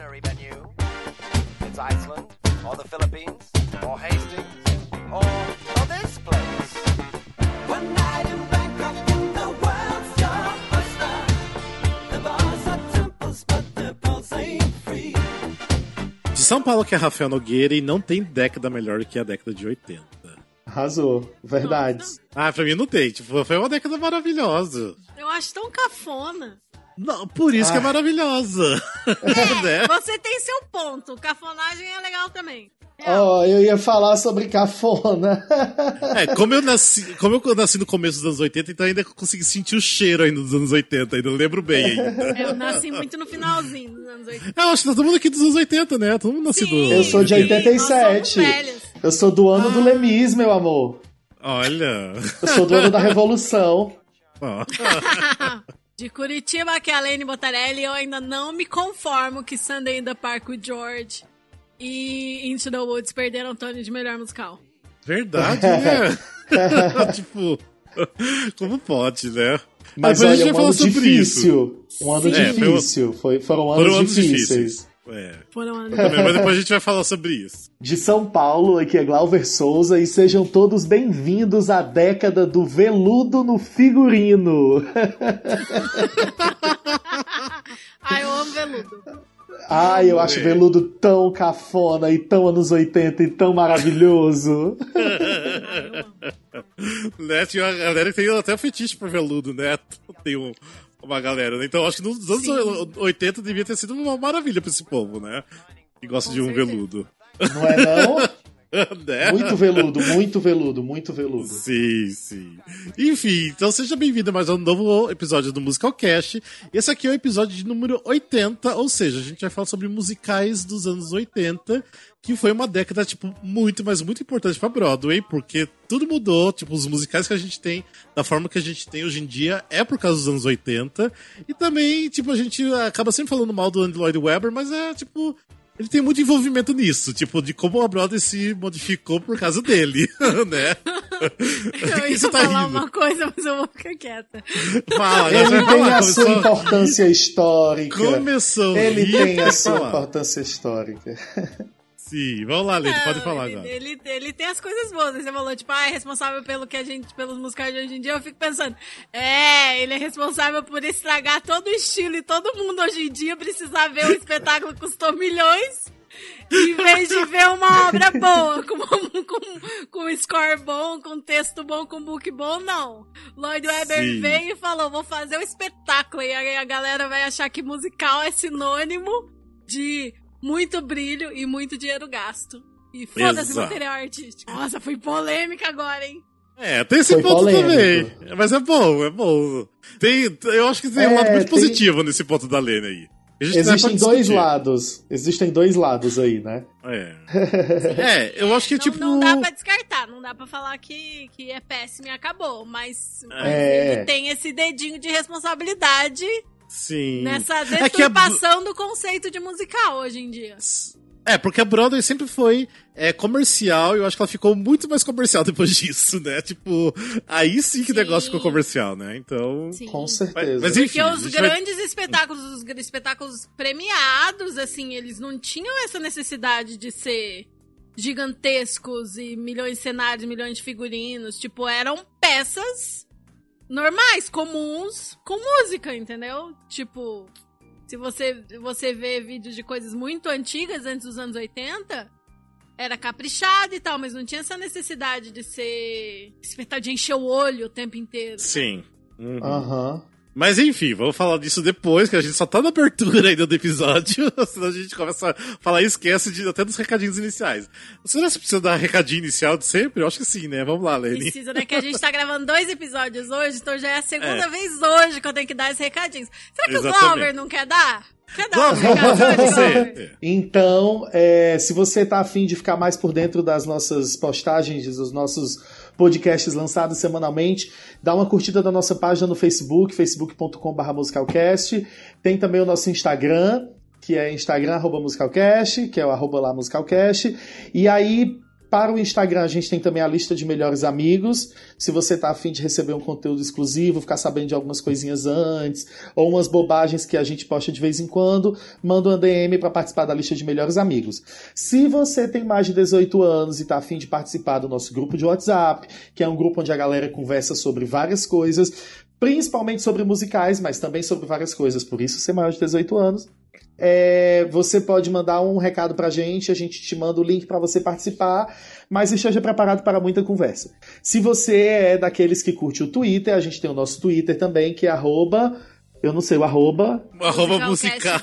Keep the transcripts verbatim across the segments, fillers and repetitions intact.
itinerary menu. It's Iceland, or the Philippines, or Hastings, or, or this place. One night in Bangkok in the world's blockbuster. The bars are temples, but the pulse ain't free. De São Paulo, que é Rafael Nogueira, e não tem década melhor que a década de oitenta. Arrasou, verdade. Ah, pra mim não tem. Tipo, foi uma década maravilhosa. Eu acho tão cafona. Não, por isso Ah. que é maravilhosa. É, Né? você tem seu ponto. Cafonagem é legal também. Ó, oh, eu ia falar sobre cafona. É, como eu nasci, como eu nasci no começo dos anos oitenta, então ainda consegui sentir o cheiro ainda dos anos oitenta, ainda lembro bem ainda. Eu nasci muito no finalzinho dos anos oitenta. É, eu acho que tá todo mundo aqui dos anos oitenta, né? Todo mundo nascido. Sim, Eu sou de sim, oitenta e nós sete. somos velhos. Eu sou do ano do Lemis, meu amor. Olha. Eu sou do ano da Revolução. Ó. De Curitiba, que é a Lene Botarelli, eu ainda não me conformo que Sunday in the Park with George e Into the Woods perderam o Tony de melhor musical. Verdade, né? Tipo, como pode, né? Mas depois a gente olha, vai um ano falar sobre difícil. Um ano Sim. É, foi um- difícil. Foi, foram anos Foram anos difíceis. difíceis. É. Foram anos. Também, mas depois a gente vai falar sobre isso. De São Paulo, aqui é Glauber Souza, e sejam todos bem-vindos à década do veludo no figurino. Ai, eu amo veludo. Ai, eu acho É. veludo tão cafona e tão anos oitenta e tão maravilhoso. Né? Tinha uma galera que tem até fetiche por veludo, né? Tem um- uma galera, né? Então acho que nos anos Sim. oitenta devia ter sido uma maravilha pra esse povo, né? Que gosta Com de um certeza. veludo. Não é não? Né? Muito veludo, muito veludo, muito veludo. Sim, sim. Enfim, então seja bem-vindo a mais um novo episódio do Musicalcast. Esse aqui é o episódio de número oitenta, ou seja, a gente vai falar sobre musicais dos anos oitenta, que foi uma década, tipo, muito, mas muito importante pra Broadway, porque tudo mudou, tipo, os musicais que a gente tem, da forma que a gente tem hoje em dia, é por causa dos anos oitenta, e também, tipo, a gente acaba sempre falando mal do Andrew Lloyd Webber, mas é, tipo... Ele tem muito envolvimento nisso, tipo, de como a Broadway se modificou por causa dele, né? Eu Que ia você tá falar rindo? uma coisa, mas eu vou ficar quieta. Fala, Ele vai tem falar, a sua começou- importância histórica. Começou. Ele rir, tem a pode sua falar. importância histórica. Sim, vamos lá, Lene, pode Não, falar ele, agora. Ele, ele tem as coisas boas. Você falou, tipo, ah, é responsável pelo que a gente, pelos musicais de hoje em dia. Eu fico pensando, é, ele é responsável por estragar todo o estilo e todo mundo hoje em dia precisar ver um espetáculo que custou milhões. Em vez de ver uma obra boa, com, com, com score bom, com texto bom, com book bom, não. Lloyd Webber Sim. veio e falou, vou fazer um espetáculo. E aí a galera vai achar que musical é sinônimo de muito brilho e muito dinheiro gasto. E foda-se Exato. material artístico. Nossa, foi polêmica agora, hein? É, tem esse Foi ponto polêmico. também. Mas é bom, é bom. Tem, eu acho que tem um É, lado muito tem- positivo nesse ponto da Lene aí. A gente Existem vai dois discutir. lados. Existem dois lados aí, né? É. É, eu acho que Não, tipo. não dá pra descartar, não dá pra falar que, que é péssimo e acabou, mas, mas É. ele tem esse dedinho de responsabilidade Sim. nessa É que a- deturpação do conceito de musical hoje em dia. É, porque a Broadway sempre foi é, comercial e eu acho que ela ficou muito mais comercial depois disso, né? Tipo, aí sim que o Sim. negócio ficou comercial, né? Então. Sim. Com certeza. Mas enfim. Porque a os gente vai- grandes espetáculos, os gr- espetáculos premiados, assim, eles não tinham essa necessidade de ser gigantescos e milhões de cenários, milhões de figurinos. Tipo, eram peças normais, comuns, com música, entendeu? Tipo, se você, você vê vídeos de coisas muito antigas, antes dos anos oitenta, era caprichado e tal, mas não tinha essa necessidade de ser espetáculo, de encher o olho o tempo inteiro. Sim. Uhum. Aham. Mas enfim, vamos falar disso depois, que a gente só tá na abertura ainda do episódio, senão a gente começa a falar e esquece de, até dos recadinhos iniciais. Você não precisa dar recadinho inicial de sempre? Eu acho que sim, né? Vamos lá, Lene. Precisa, né? Que a gente tá gravando dois episódios hoje, então já é a segunda É. vez hoje que eu tenho que dar esses recadinhos. Será que Exatamente. o Glauber não quer dar? Quer dar os Glauber, recados hoje, Glauber? você. Então, é, se você tá afim de ficar mais por dentro das nossas postagens, dos nossos podcasts lançados semanalmente, dá uma curtida da nossa página no Facebook, facebook ponto com barra musicalcast. Tem também o nosso Instagram, que é Instagram arroba musicalcast, que é o arroba lá musicalcast. E aí, Para o Instagram, a gente tem também a lista de melhores amigos. Se você está a fim de receber um conteúdo exclusivo, ficar sabendo de algumas coisinhas antes, ou umas bobagens que a gente posta de vez em quando, manda um D M para participar da lista de melhores amigos. Se você tem mais de dezoito anos e está a fim de participar do nosso grupo de WhatsApp, que é um grupo onde a galera conversa sobre várias coisas, principalmente sobre musicais, mas também sobre várias coisas, por isso ser maior de dezoito anos, É, você pode mandar um recado pra gente, a gente te manda o link pra você participar, mas esteja preparado para muita conversa. Se você é daqueles que curte o Twitter, a gente tem o nosso Twitter também, que é arroba, eu não sei o arroba... Arroba musical.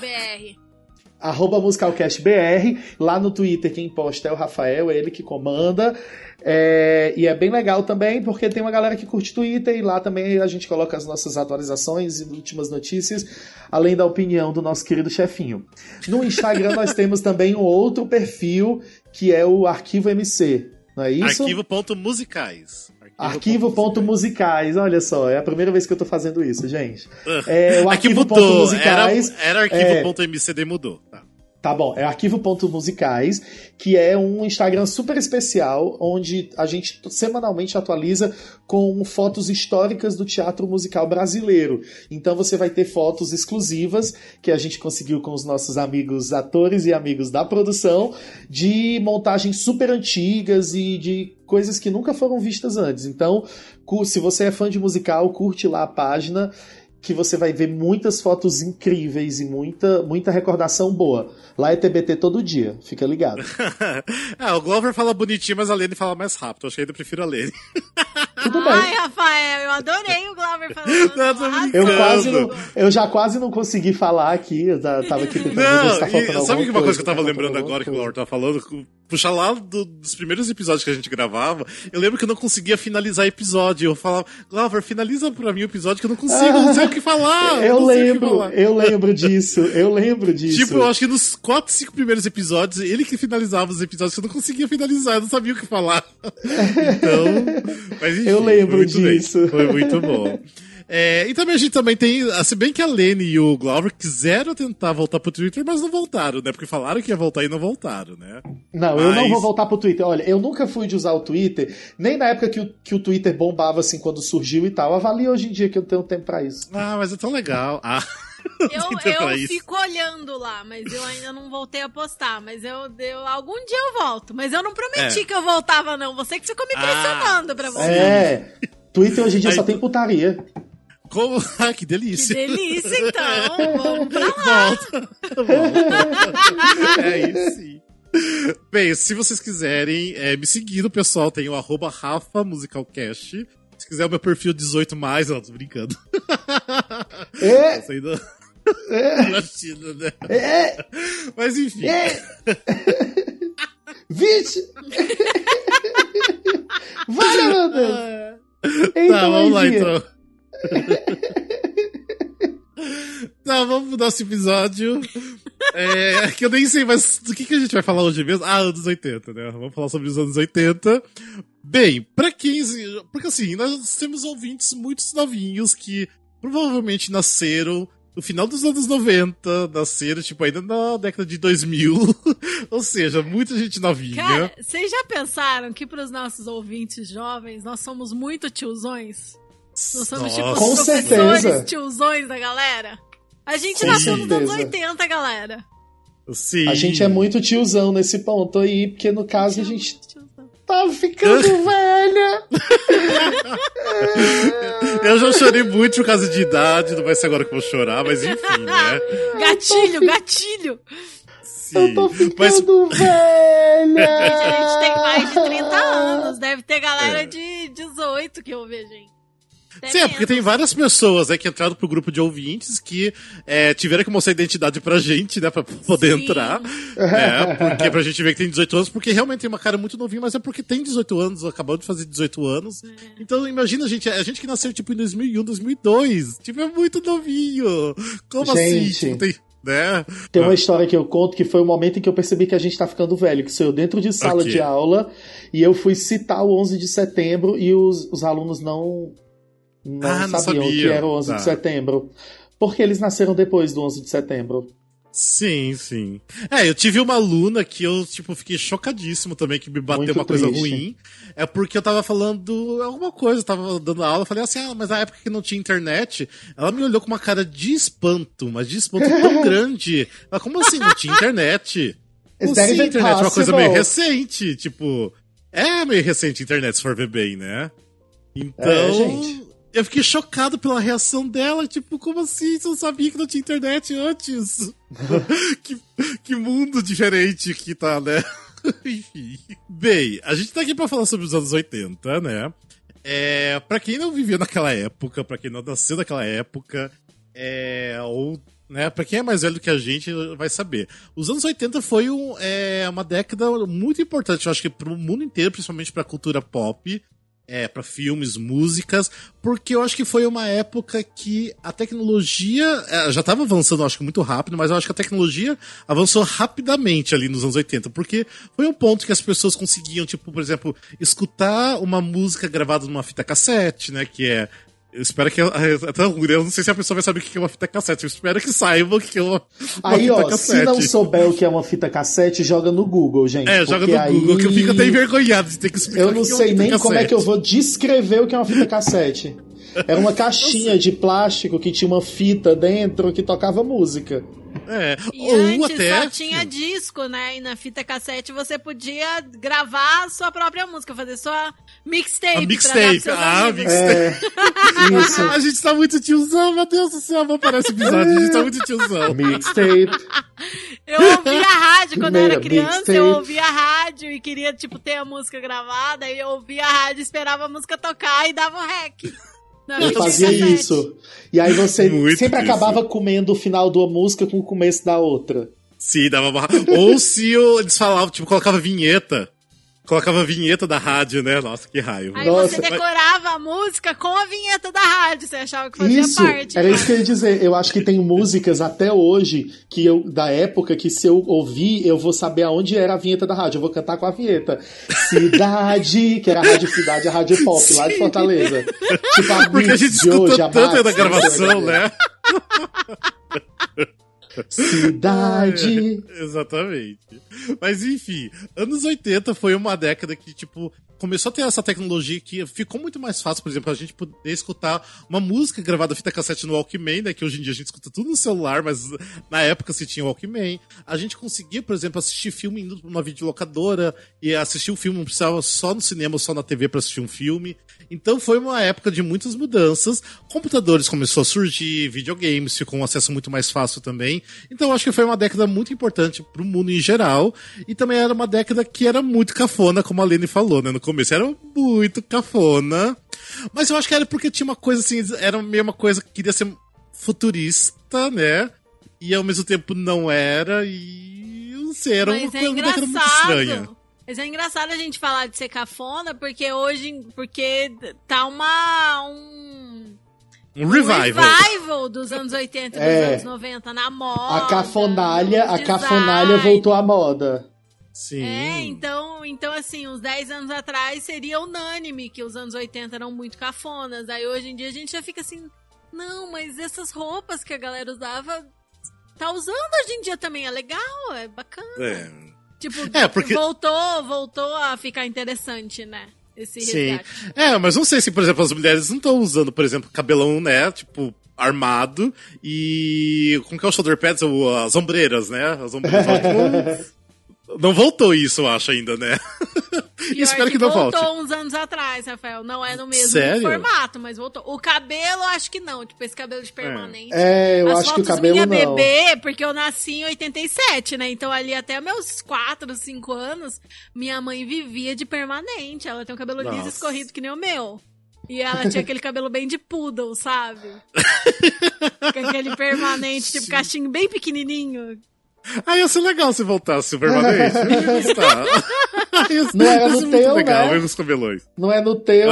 Arroba musicalcastbr. Lá no Twitter quem posta é o Rafael, é ele que comanda. É, e é bem legal também, porque tem uma galera que curte Twitter e lá também a gente coloca as nossas atualizações e últimas notícias, além da opinião do nosso querido chefinho. No Instagram nós temos também um outro perfil, que é o Arquivo M C, não é isso? Arquivo.musicais. Arquivo.musicais, olha só, é a primeira vez que eu tô fazendo isso, gente. É, o Aqui mudou, Arquivo.musicais... Era, era arquivo.mcd, é... mudou, tá. Tá bom, é arquivo.musicais, que é um Instagram super especial, onde a gente semanalmente atualiza com fotos históricas do teatro musical brasileiro. Então você vai ter fotos exclusivas, que a gente conseguiu com os nossos amigos atores e amigos da produção, de montagens super antigas e de coisas que nunca foram vistas antes. Então, se você é fã de musical, curte lá a página, que você vai ver muitas fotos incríveis e muita, muita recordação boa. Lá é T B T todo dia, fica ligado. É, o Glover fala bonitinho, mas a Lene fala mais rápido. Eu acho que ainda prefiro a Lene. Tudo bem. Ai, Rafael, eu adorei o Glover falando. Não, tô brincando. eu, quase não, eu já quase não consegui falar aqui, eu já tava aqui tentando não, ver se tá faltando e, sabe que uma coisa que eu tava tá lembrando agora que o Glover tava falando? Puxar lá do, dos primeiros episódios que a gente gravava, eu lembro que eu não conseguia finalizar episódio. Eu falava, Glover, finaliza pra mim o episódio que eu não consigo, ah, não sei o que falar. Eu, eu lembro, falar. eu lembro disso, eu lembro disso. Tipo, eu acho que nos quatro, cinco primeiros episódios, ele que finalizava os episódios que eu não conseguia finalizar, eu não sabia o que falar. Então, mas enfim, eu lembro foi disso. Bem, foi muito bom. É, e também a gente também tem, se bem que a Lene e o Glover quiseram tentar voltar pro Twitter, mas não voltaram, né? Porque falaram que ia voltar e não voltaram, né? Não, mas... eu não vou voltar pro Twitter. Olha, eu nunca fui de usar o Twitter, nem na época que o, que o Twitter bombava, assim, quando surgiu e tal. Avalie hoje em dia que eu tenho tempo pra isso. Ah, mas é tão legal. Ah... Eu, eu fico olhando lá, mas eu ainda não voltei a postar. Mas eu, eu algum dia eu volto. Mas eu não prometi é. que eu voltava, não. Você que ficou me pressionando ah, pra você. É, Twitter hoje em dia aí, só tem putaria. Como? Ah, que delícia. Que delícia, então. Vamos pra lá. Volta. Volta. É isso sim. Bem, se vocês quiserem é, me seguir, o pessoal tem o arroba Rafa Musicalcast. Se quiser o meu perfil dezoito mais, ó, tô brincando. É. Tô saindo... É. Latino, né? É. Mas enfim. É. Vixe! Vai, meu Deus! Então, tá, vamos lá então. Tá, vamos pro nosso episódio. É, que eu nem sei, mas do que, que a gente vai falar hoje mesmo? Ah, anos oitenta, né? Vamos falar sobre os anos oitenta. Bem, pra quem... Porque assim, nós temos ouvintes muito novinhos que provavelmente nasceram no final dos anos noventa, nasceram, tipo, ainda na década de dois mil. Ou seja, muita gente novinha. Cara, vocês já pensaram que pros nossos ouvintes jovens, nós somos muito tiozões? Nós somos, Nossa. tipo, os Com professores certeza. tiozões da galera? A gente Com nasceu nos anos certeza. oitenta, galera. Sim. A gente é muito tiozão nesse ponto aí, porque no caso a gente tá ficando velha. Eu já chorei muito por causa de idade, não vai ser agora que eu vou chorar, mas enfim, né? Gatilho, gatilho. Sim. Eu tô ficando mas... velha. A gente tem mais de trinta anos. Deve ter galera é. de dezoito que ouve a gente. Até Sim, é porque tem várias pessoas né, que entraram pro grupo de ouvintes que é, tiveram que mostrar identidade pra gente, né, pra poder Sim. entrar. Né, porque pra gente ver que tem dezoito anos, porque realmente tem uma cara muito novinha, mas é porque tem dezoito anos, acabou de fazer dezoito anos. É. Então imagina, gente, a gente que nasceu tipo em dois mil e um, dois mil e dois, tipo, é muito novinho. Como gente. assim? Tipo, tem... Né? Tem uma história que eu conto que foi o momento em que eu percebi que a gente tá ficando velho, que sou eu dentro de sala okay. de aula e eu fui citar o onze de setembro e os, os alunos não, não, ah, não sabiam sabia. que era o onze tá. de setembro. Porque eles nasceram depois do onze de setembro. Sim, sim. É, eu tive uma aluna que eu, tipo, fiquei chocadíssimo também, que me bateu Muito uma coisa triste. ruim. É porque eu tava falando alguma coisa, eu tava dando aula, eu falei assim, ah, mas na época que não tinha internet, ela me olhou com uma cara de espanto, mas de espanto tão grande. Ela, como assim, não tinha internet? Como Is that assim, even internet é uma coisa possible? meio recente, tipo... É meio recente a internet, se for ver bem, né? Então... É, gente. Eu fiquei chocado pela reação dela, tipo, como assim? Você não sabia que não tinha internet antes? que, que mundo diferente que tá, né? Enfim. Bem, a gente tá aqui pra falar sobre os anos oitenta, né? É, pra quem não vivia naquela época, pra quem não nasceu naquela época, é, ou, né, pra quem é mais velho do que a gente, vai saber. Os anos oitenta foi um, é, uma década muito importante, eu acho que pro mundo inteiro, principalmente pra cultura pop. É, pra filmes, músicas, porque eu acho que foi uma época que a tecnologia é, já tava avançando, eu acho que muito rápido, mas eu acho que a tecnologia avançou rapidamente ali nos anos oitenta, porque foi um ponto que as pessoas conseguiam, tipo, por exemplo, escutar uma música gravada numa fita cassete, né, que é... Eu espero que... Até eu não sei se a pessoa vai saber o que é uma fita cassete. Eu espero que saibam o que é uma, uma Aí, fita ó, cassete. se não souber o que é uma fita cassete, joga no Google, gente. É, joga porque no aí... Google, que eu fico até envergonhado de ter que explicar Eu o não que é uma sei fita nem cassete. como é que eu vou descrever o que é uma fita cassete. Era uma caixinha de plástico que tinha uma fita dentro que tocava música. É, E ou antes até... só tinha disco, né? E na fita cassete você podia gravar a sua própria música, fazer sua mixtape. A pra mixtape, dar pros seus ah, amigos. mixtape. É, isso. A gente tá muito tiozão, meu Deus do céu, vou parar esse episódio, a gente tá muito tiozão. Mixtape. Eu ouvia rádio quando eu era Primeira criança, mixtape. eu ouvia rádio e queria, tipo, ter a música gravada, e eu ouvia a rádio, esperava a música tocar e dava o rec. na Eu fita fazia cassete. isso. E aí você Muito sempre isso. acabava comendo o final de uma música com o começo da outra. Sim, dava barra. Ou se eu, eles falavam, tipo, colocava vinheta. Colocava a vinheta da rádio, né? Nossa, que raiva. Aí Nossa, você decorava a música com a vinheta da rádio, você achava que fazia Isso, parte. era né? isso que eu ia dizer. Eu acho que tem músicas até hoje que eu, da época que se eu ouvir, eu vou saber aonde era a vinheta da rádio. Eu vou cantar com a vinheta. Cidade, que era a Rádio Cidade, a Rádio Pop, lá de Fortaleza. Tipo, a Porque a gente Miss de escutou hoje, a tanto aí Max, da gravação, não sei né? Cidade. É, exatamente. Mas enfim, anos oitenta foi uma década que, tipo, começou a ter essa tecnologia que ficou muito mais fácil, por exemplo, a gente poder escutar uma música gravada fita cassete no Walkman, né? Que hoje em dia a gente escuta tudo no celular, mas na época se tinha Walkman. A gente conseguia, por exemplo, assistir filme indo pra uma videolocadora e assistir um filme, não precisava só no cinema ou só na T V pra assistir um filme. Então foi uma época de muitas mudanças. Computadores começou a surgir, videogames ficou um acesso muito mais fácil também. Então eu acho que foi uma década muito importante pro mundo em geral. E também era uma década que era muito cafona, como a Lene falou, né? No começo era muito cafona. Mas eu acho que era porque tinha uma coisa assim, era meio uma coisa que queria ser futurista, né? E ao mesmo tempo não era. E eu não sei, era uma, Mas é coisa, uma década muito estranha. engraçado. Mas é engraçado a gente falar de ser cafona, porque hoje, porque tá uma, um... Um revival. Um revival dos anos oitenta e dos É. anos noventa na moda. A cafonalha, no a design. cafonalha voltou à moda. Sim. É, então, então assim, uns dez anos atrás seria unânime que os anos oitenta eram muito cafonas. Aí hoje em dia a gente já fica assim, não, mas essas roupas que a galera usava, tá usando hoje em dia também, é legal, é bacana. É. Tipo, É, porque- voltou, voltou a ficar interessante, né? Esse Sim. resgate. É, mas não sei se, por exemplo, as mulheres não estão usando, por exemplo, cabelão, né? Tipo, armado. E. Como que é o shoulder pads? O- As ombreiras, né? As ombreiras. tipo, não voltou isso, eu acho, ainda, né? Pior Espero que não voltou volte. uns anos atrás, Rafael. Não é no mesmo Sério? formato, mas voltou. O cabelo, acho que não. Tipo, esse cabelo de permanente. É, eu As acho que o fotos cabelo minha não. bebê, porque eu nasci em oitenta e sete, né? Então ali até meus quatro, cinco anos, minha mãe vivia de permanente. Ela tem um cabelo liso Nossa. escorrido que nem o meu. E ela tinha aquele cabelo bem de poodle, sabe? Com aquele permanente, tipo cachinho bem pequenininho. Ah, ia ser legal se voltasse o permanente. Eu ia gostar. Ia ser- Não era ia no ser muito teu, legal, né? ver os cabelões. Não é no teu,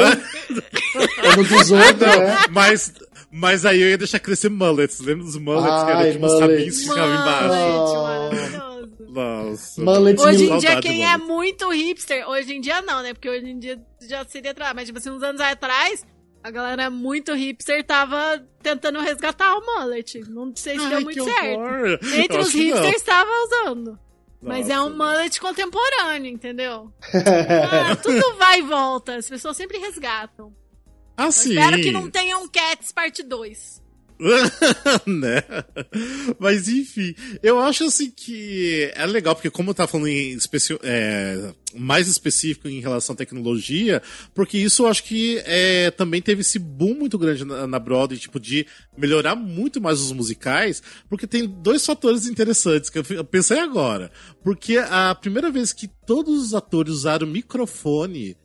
é no dos outros, né? Mas, mas aí eu ia deixar crescer mullets. Lembra dos mullets? que Ai, era tipo uns mullets. sabinhos que ficavam embaixo. Mullet, maravilhoso. Nossa. Mullet Hoje me- em dia, Saudade quem do é mullet. muito hipster, hoje em dia não, né? Porque hoje em dia já seria atrás. Mas, tipo assim, uns anos atrás, A galera muito hipster tava tentando resgatar o mullet. Não sei se Ai, deu muito que certo. horror. Entre Eu os acho que não. hipsters estava usando. Mas Nossa. é um mullet contemporâneo, entendeu? Ah, tudo vai e volta. As pessoas sempre resgatam. Ah, Eu sim. espero que não tenha um Cats parte dois. Né? Mas enfim, eu acho assim que é legal, porque como eu tava falando em especi... é, mais específico em relação à tecnologia, porque isso eu acho que é, também teve esse boom muito grande na, na Broadway, tipo, de melhorar muito mais os musicais, porque tem dois fatores interessantes que eu, eu pensei agora. Porque a primeira vez que todos os atores usaram microfone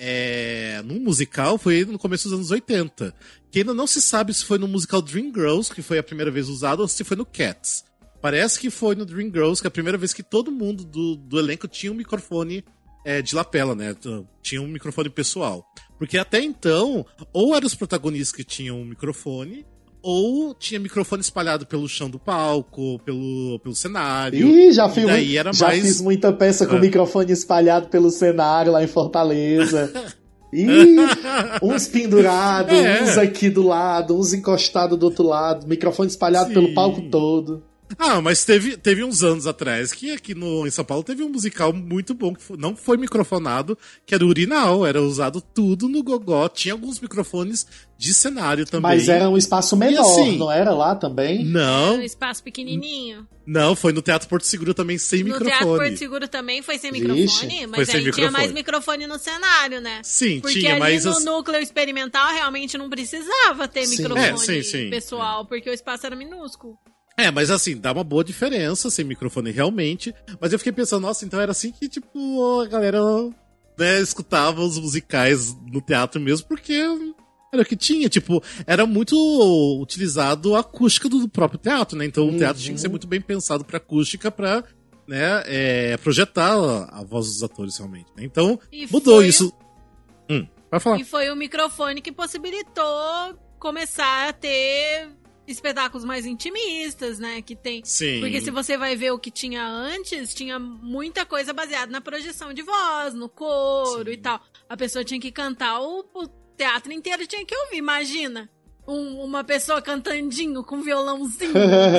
É, num musical foi no começo dos anos oitenta. Que ainda não se sabe se foi no musical Dreamgirls, que foi a primeira vez usado, ou se foi no Cats. Parece que foi no Dreamgirls, que é a primeira vez que todo mundo do, do elenco tinha um microfone é, de lapela, né? Tinha um microfone pessoal. Porque até então, ou eram os protagonistas que tinham um microfone, ou tinha microfone espalhado pelo chão do palco, pelo, pelo cenário. Ih, já, fiz, e daí era já mais... fiz muita peça com Ah. microfone espalhado pelo cenário lá em Fortaleza. Ih, uns pendurados, É. uns aqui do lado, uns encostados do outro lado, microfone espalhado Sim. pelo palco todo. Ah, mas teve, teve uns anos atrás que aqui no, em São Paulo teve um musical muito bom, que foi- não foi microfonado, que era o Urinal, era usado tudo no gogó, tinha alguns microfones de cenário também. Mas era um espaço menor, assim, não era lá também? Um Não, espaço pequenininho. não, foi no Teatro Porto Seguro também sem No microfone. Teatro Porto Seguro também foi sem Vixe, microfone, mas foi sem aí tinha microfone. mais microfone no cenário, né? Sim, Porque tinha, ali mas... no as- núcleo experimental realmente não precisava ter Sim. microfone É, sim, sim. pessoal, porque o espaço era minúsculo. É, mas assim, dá uma boa diferença sem microfone realmente. Mas eu fiquei pensando, nossa, então era assim que, tipo, a galera, né, escutava os musicais no teatro mesmo, porque era o que tinha. Tipo, era muito utilizado a acústica do próprio teatro, né? Então o teatro tinha que ser muito bem pensado pra acústica, pra, né, é, projetar a, a voz dos atores realmente. Né? Então, E mudou foi isso. Hum, vai falar. E foi o microfone que possibilitou começar a ter espetáculos mais intimistas, né? Que tem. Sim. Porque se você vai ver o que tinha antes, tinha muita coisa baseada na projeção de voz, no coro Sim. e tal. A pessoa tinha que cantar, o, o teatro inteiro tinha que ouvir, imagina. Um- uma pessoa cantandinho com violãozinho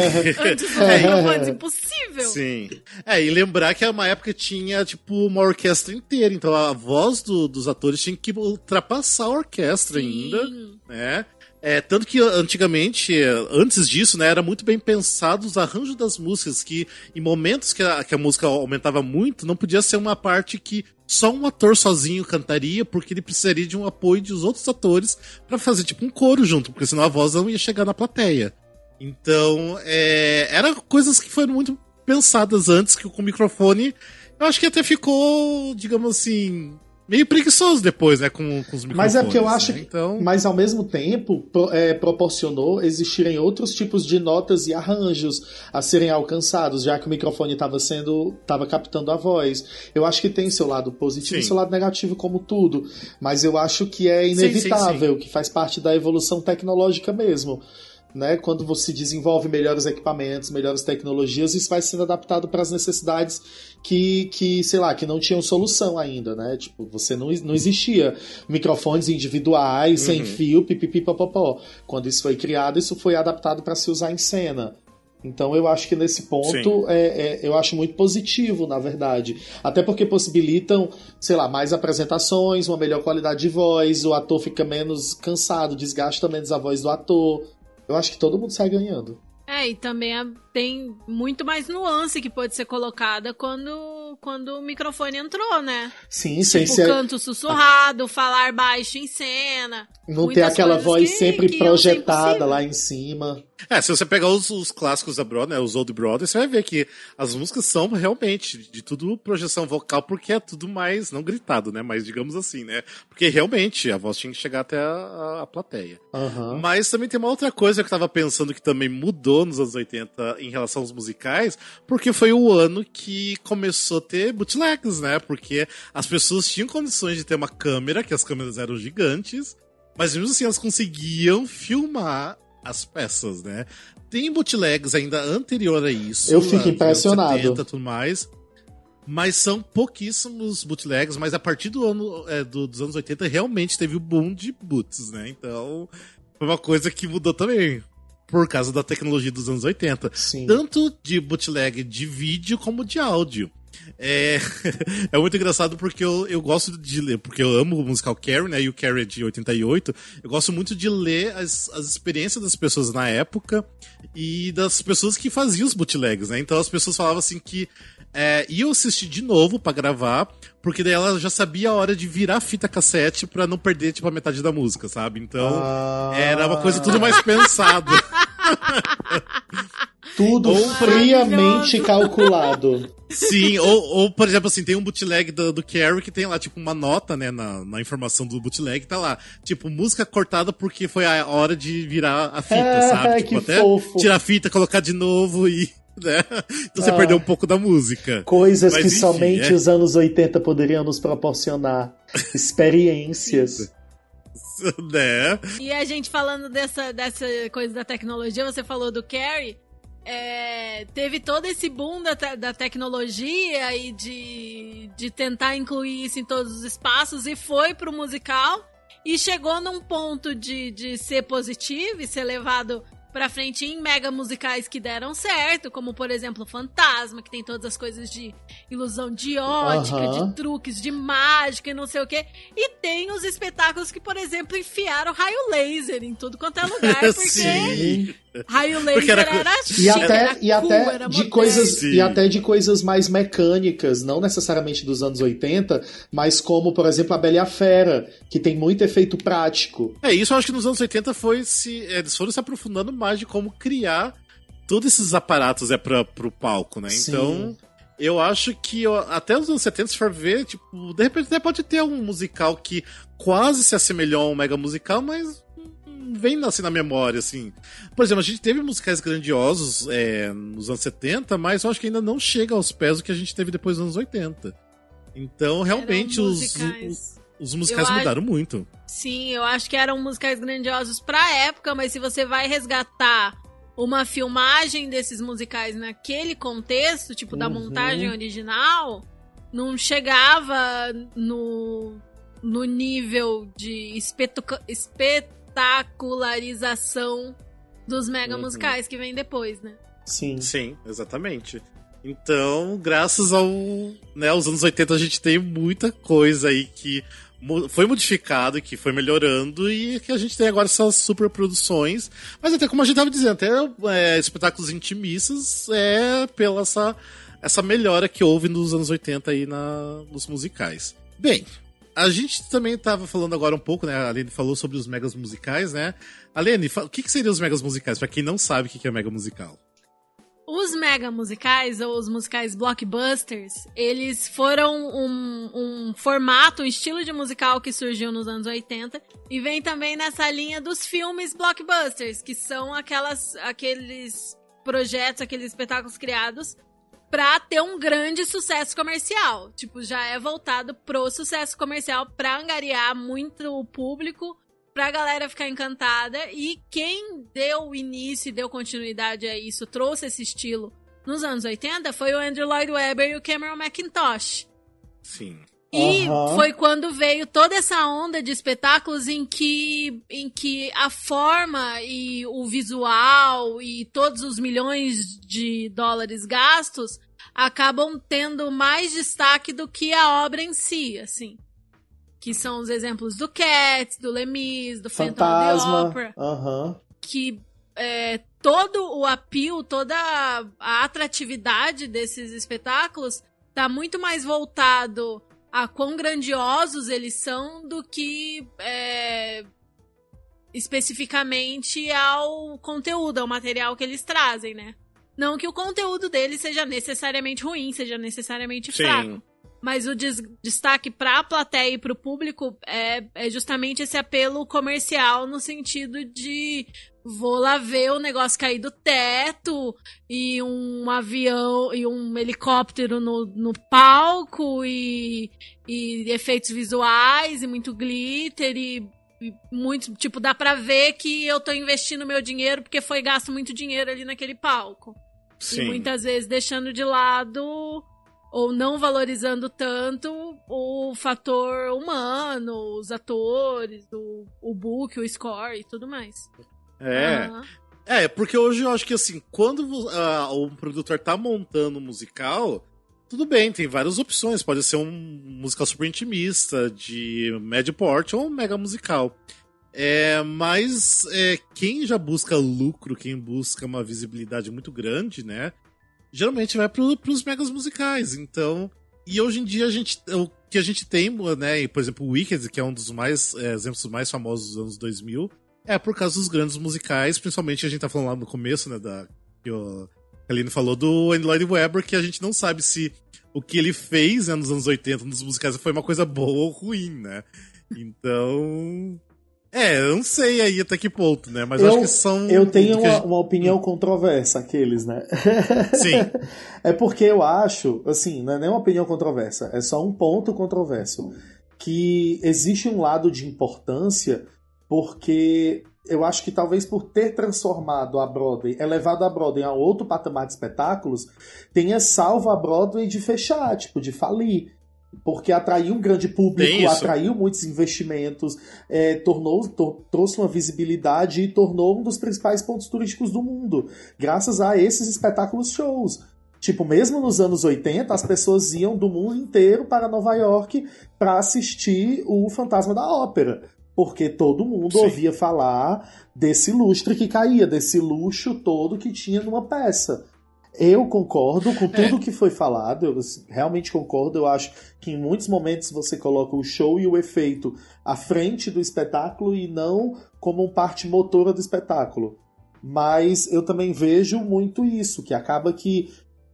antes do microfone, impossível. Sim. É, e lembrar que é uma época que tinha, tipo, uma orquestra inteira. Então a voz do- dos atores tinha que ultrapassar a orquestra Sim. ainda, né? É, tanto que antigamente, antes disso, né, era muito bem pensado os arranjos das músicas, que em momentos que a, que a música aumentava muito, não podia ser uma parte que só um ator sozinho cantaria, porque ele precisaria de um apoio dos outros atores pra fazer tipo um coro junto, porque senão a voz não ia chegar na plateia. Então, é, eram coisas que foram muito pensadas antes, que com o microfone, eu acho que até ficou, digamos assim, meio preguiçoso depois, né, com, com os microfones. Mas é porque eu acho né? que, Então... mas ao mesmo tempo, pro- é, proporcionou existirem outros tipos de notas e arranjos a serem alcançados, já que o microfone estava sendo, estava captando a voz. Eu acho que tem seu lado positivo e Sim. seu lado negativo, como tudo, mas eu acho que é inevitável, que faz parte da evolução tecnológica mesmo. Né? Quando você desenvolve melhores equipamentos, melhores tecnologias, isso vai sendo adaptado para as necessidades que, que, sei lá, que não tinham solução ainda, né? Tipo, você não, não existia microfones individuais, sem fio, pipipipopopó. Quando isso foi criado, isso foi adaptado para se usar em cena. Então eu acho que nesse ponto é, é, eu acho muito positivo, na verdade. Até porque possibilitam, sei lá, mais apresentações, uma melhor qualidade de voz, o ator fica menos cansado, desgasta menos a voz do ator. Eu acho que todo mundo sai ganhando. É, e também a- tem muito mais nuance que pode ser colocada quando, quando o microfone entrou, né? Sim, sem Tipo, ser, canto sussurrado, falar baixo em cena. não ter muitas aquela coisas voz que- sempre que iam ser projetada impossível. lá em cima. É, se você pegar os, os clássicos da Broadway, né, os Old Broadway, você vai ver que as músicas são realmente de tudo projeção vocal, porque é tudo mais, não gritado, né, mas digamos assim, né, porque realmente a voz tinha que chegar até a, a plateia. Aham. Mas também tem uma outra coisa que eu tava pensando que também mudou nos anos oitenta em relação aos musicais, porque foi o ano que começou a ter bootlegs, né, porque as pessoas tinham condições de ter uma câmera, que as câmeras eram gigantes, mas mesmo assim elas conseguiam filmar as peças, né? Tem bootlegs ainda anterior a isso. Eu fico lá nos anos impressionado. setenta, tudo mais. mas são pouquíssimos bootlegs, mas a partir do ano, é, do, dos anos oitenta realmente teve o boom de boots, né? Então, foi uma coisa que mudou também, por causa da tecnologia dos anos oitenta. Sim. Tanto de bootleg de vídeo como de áudio. É, é muito engraçado porque eu, eu gosto de ler, porque eu amo o musical Carrie, né? E o Carrie é de oitenta e oito. Eu gosto muito de ler as, as experiências das pessoas na época e das pessoas que faziam os bootlegs, né? Então as pessoas falavam assim que é, iam assistir de novo pra gravar, porque daí ela já sabia a hora de virar a fita cassete pra não perder, tipo, a metade da música, sabe? Então ah... era uma coisa tudo mais pensado. Tudo ou, friamente calculado. Sim, ou, ou, por exemplo, assim, tem um bootleg do, do Carrie que tem lá, tipo, uma nota, né, na, na informação do bootleg, tá lá, tipo, música cortada porque foi a hora de virar a fita, é, sabe? É, tipo, que até fofo. tirar a fita, colocar de novo e... né? Então você ah, perdeu um pouco da música. Coisas Mas, que enfim, somente é... os anos oitenta poderiam nos proporcionar. Experiências. Né? E a gente falando dessa, dessa coisa da tecnologia, você falou do Carrie. É, teve todo esse boom da, te- da tecnologia e de, de tentar incluir isso em todos os espaços, e foi pro musical e chegou num ponto de, de ser positivo e ser levado pra frente em mega musicais que deram certo, como por exemplo Fantasma, que tem todas as coisas de ilusão de ótica, Uhum. de truques, de mágica e não sei o quê. E tem os espetáculos que, por exemplo, enfiaram raio laser em tudo quanto é lugar, porque Sim. raio laser era... era E chique, até, era e até cool, era de moderno. coisas Sim. e até de coisas mais mecânicas, não necessariamente dos anos oitenta, mas como, por exemplo, a Bela e a Fera, que tem muito efeito prático. É, isso eu acho que nos anos oitenta foi se, eles foram se aprofundando mais de como criar todos esses aparatos é, pra, pro palco, né? Sim. Então, eu acho que ó, até os anos setenta, se for ver, tipo, de repente até pode ter um musical que quase se assemelhou a um mega musical, mas hum, vem assim na memória, assim. Por exemplo, a gente teve musicais grandiosos é, nos anos setenta, mas eu acho que ainda não chega aos pés do que a gente teve depois dos anos oitenta. Então, realmente, Eram os, musicais. os, os musicais Eu mudaram acho... muito. Sim, eu acho que eram musicais grandiosos pra época, mas se você vai resgatar uma filmagem desses musicais naquele contexto, tipo, da Uhum. montagem original, não chegava no, no nível de espetuca- espetacularização dos mega Uhum. musicais que vem depois, né? Sim. Sim, exatamente. Então, graças ao, né, aos anos oitenta, a gente tem muita coisa aí que foi modificado, que foi melhorando e que a gente tem agora essas superproduções. Mas até como a gente estava dizendo, até é, espetáculos intimistas é pela essa, essa melhora que houve nos anos oitenta aí na, nos musicais. Bem, a gente também estava falando agora um pouco, né? A Aline falou sobre os megas musicais, né? Aline, o que, que seriam os megas musicais, para quem não sabe o que é mega musical? Os mega musicais, ou os musicais blockbusters, eles foram um, um formato, um estilo de musical que surgiu nos anos oitenta e vem também nessa linha dos filmes blockbusters, que são aquelas, aqueles projetos, aqueles espetáculos criados pra ter um grande sucesso comercial. Tipo, já é voltado pro sucesso comercial, pra angariar muito o público, pra galera ficar encantada. E quem deu início e deu continuidade a isso, trouxe esse estilo nos anos oitenta, foi o Andrew Lloyd Webber e o Cameron Mackintosh. Sim. E Uhum. foi quando veio toda essa onda de espetáculos em que, em que a forma e o visual e todos os milhões de dólares gastos acabam tendo mais destaque do que a obra em si, assim. Que são os exemplos do Cats, do Les Mis, do Phantom of the Fantasma. Opera. Uhum. Que é, todo o appeal, toda a, a atratividade desses espetáculos tá muito mais voltado a quão grandiosos eles são do que é, especificamente ao conteúdo, ao material que eles trazem, né? Não que o conteúdo deles seja necessariamente ruim, seja necessariamente Sim. fraco. Mas o des- destaque pra plateia e pro público é, é justamente esse apelo comercial, no sentido de vou lá ver o negócio cair do teto e um avião e um helicóptero no, no palco e, e efeitos visuais e muito glitter e, e muito, tipo, dá pra ver que eu tô investindo meu dinheiro porque foi gasto muito dinheiro ali naquele palco. Sim. E muitas vezes deixando de lado ou não valorizando tanto o fator humano, os atores, o, o book, o score e tudo mais. É. Uhum. É, porque hoje eu acho que assim, quando uh, o produtor tá montando um musical, tudo bem, tem várias opções. Pode ser um musical super intimista, de médio porte ou um mega musical. É, mas é, quem já busca lucro, quem busca uma visibilidade muito grande, né? Geralmente vai pro, pros megas musicais. Então, e hoje em dia a gente, o que a gente tem, né? Por exemplo, o Wicked, que é um dos mais é, exemplos mais famosos dos anos dois mil, é por causa dos grandes musicais, principalmente a gente tá falando lá no começo, né? Da, que o Aline falou do Andrew Lloyd Webber, que a gente não sabe se o que ele fez, né, nos anos oitenta, nos musicais, foi uma coisa boa ou ruim, né? Então... É, eu não sei aí até que ponto, né? Mas eu, eu acho que são... Eu tenho uma, gente... uma opinião controversa, aqueles, né? Sim. É porque eu acho, assim, não é nem uma opinião controversa, é só um ponto controverso. Que existe um lado de importância, porque eu acho que talvez por ter transformado a Broadway, elevado a Broadway a outro patamar de espetáculos, tenha salvo a Broadway de fechar, tipo, de falir. Porque atraiu um grande público, atraiu muitos investimentos, é, tornou, to, trouxe uma visibilidade e tornou um dos principais pontos turísticos do mundo, graças a esses espetáculos shows. Tipo, mesmo nos anos oitenta, as pessoas iam do mundo inteiro para Nova York para assistir o Fantasma da Ópera, porque todo mundo Sim. ouvia falar desse lustre que caía, desse luxo todo que tinha numa peça. Eu concordo com tudo é. que foi falado, eu realmente concordo, eu acho que em muitos momentos você coloca o show e o efeito à frente do espetáculo e não como parte motora do espetáculo. Mas eu também vejo muito isso, que acaba que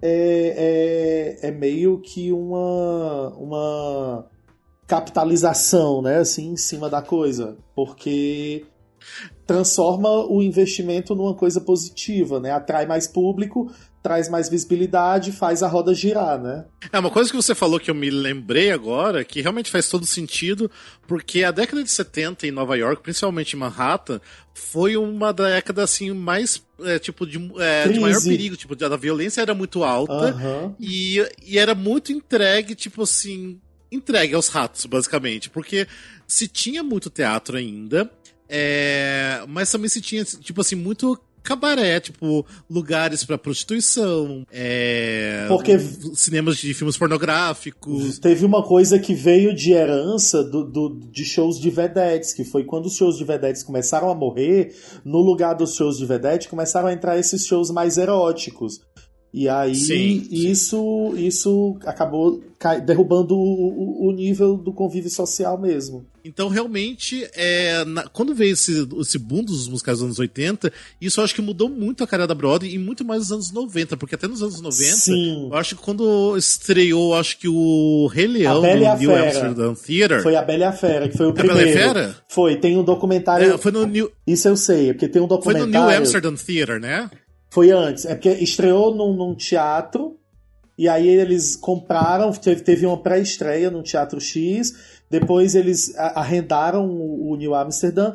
é, é, é meio que uma, uma capitalização, né, assim, em cima da coisa, porque transforma o investimento numa coisa positiva, né, atrai mais público, traz mais visibilidade, faz a roda girar, né? É, uma coisa que você falou que eu me lembrei agora, que realmente faz todo sentido, porque a década de setenta em Nova York, principalmente em Manhattan, foi uma década, assim, mais, é, tipo, de, é, de maior perigo, tipo, a violência era muito alta, uhum. e, e era muito entregue, tipo assim, entregue aos ratos, basicamente, porque se tinha muito teatro ainda, é, mas também se tinha, tipo assim, muito cabaré, tipo, lugares pra prostituição, é... Porque cinemas de filmes pornográficos. Teve uma coisa que veio de herança do, do, de shows de vedettes, que foi quando os shows de vedettes começaram a morrer, no lugar dos shows de vedette começaram a entrar esses shows mais eróticos. E aí sim, isso, sim. isso acabou derrubando o, o nível do convívio social mesmo. Então, realmente, é, na, quando veio esse, esse boom dos musicais dos anos oitenta, isso eu acho que mudou muito a cara da Broadway e muito mais nos anos noventa, porque até nos anos noventa, sim. eu acho que quando estreou, acho que o Rei Leão do New Amsterdam Theater... Foi a Bela e a Fera, que foi o a primeiro. Bela e a Fera? Foi, tem um documentário... É, foi no New... Isso eu sei, porque tem um documentário... Foi no New Amsterdam Theater, né? Foi antes, é porque estreou num, num teatro, e aí eles compraram, teve, teve uma pré-estreia num Teatro X, depois eles arrendaram o, o New Amsterdam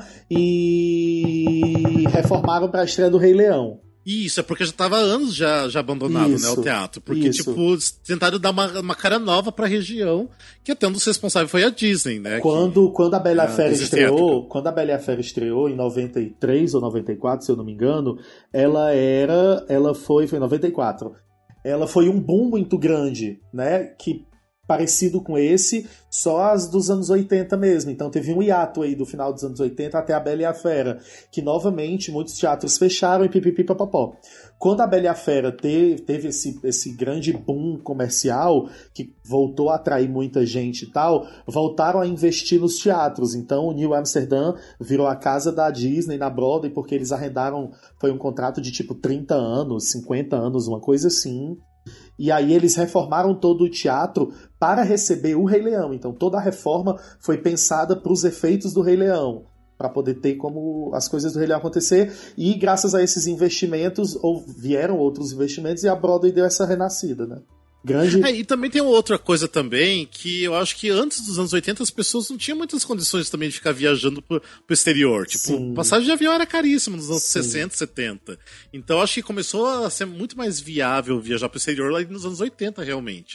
e reformaram para a estreia do Rei Leão. Isso, é porque já estava há anos já, já abandonado, isso, né, o teatro. Porque, isso. tipo, tentaram dar uma, uma cara nova pra região, que até um dos responsáveis foi a Disney, né? Quando, que, quando a Bela e a Fera estreou, quando a Bela e a Fera estreou, em noventa e três ou noventa e quatro, se eu não me engano, ela era, ela foi, foi em noventa e quatro, ela foi um boom muito grande, né, que parecido com esse, só as dos anos oitenta mesmo. Então teve um hiato aí do final dos anos oitenta até a Bela e a Fera, que novamente muitos teatros fecharam e pipipipapopó. Quando a Bela e a Fera teve, teve esse, esse grande boom comercial, que voltou a atrair muita gente e tal, voltaram a investir nos teatros. Então o New Amsterdam virou a casa da Disney na Broadway, porque eles arrendaram, foi um contrato de tipo trinta anos, cinquenta anos, uma coisa assim. E aí eles reformaram todo o teatro para receber o Rei Leão. Então toda a reforma foi pensada para os efeitos do Rei Leão, para poder ter como as coisas do Rei Leão acontecer. E graças a esses investimentos vieram outros investimentos e a Broadway deu essa renascida, né? Grande... É, e também tem outra coisa também, que eu acho que antes dos anos oitenta as pessoas não tinham muitas condições também de ficar viajando pro, pro exterior. Tipo, sim. passagem de avião era caríssima nos anos sim. sessenta, setenta. Então acho que começou a ser muito mais viável viajar pro exterior lá nos anos oitenta, realmente.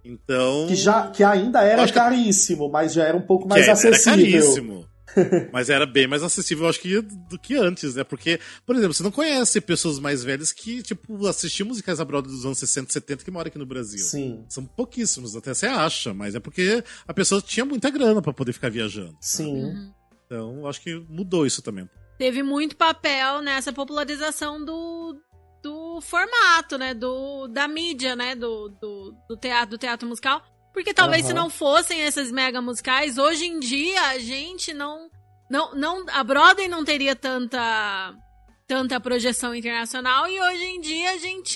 Então... Que, já, que ainda era que... caríssimo, mas já era um pouco mais que acessível. Era caríssimo. Mas era bem mais acessível, eu acho, que do que antes, né? Porque, por exemplo, você não conhece pessoas mais velhas que, tipo, assistiam musicais à Broadway dos anos sessenta, setenta que moram aqui no Brasil. Sim. São pouquíssimos, até você acha, mas é porque a pessoa tinha muita grana pra poder ficar viajando. Sim. Uhum. Então, eu acho que mudou isso também. Teve muito papel nessa popularização do, do formato, né? Do, da mídia, né? Do, do, do, teatro, do teatro musical. Porque talvez uhum. se não fossem esses mega musicais, hoje em dia a gente não... não, não a Broadway não teria tanta, tanta projeção internacional e hoje em dia a gente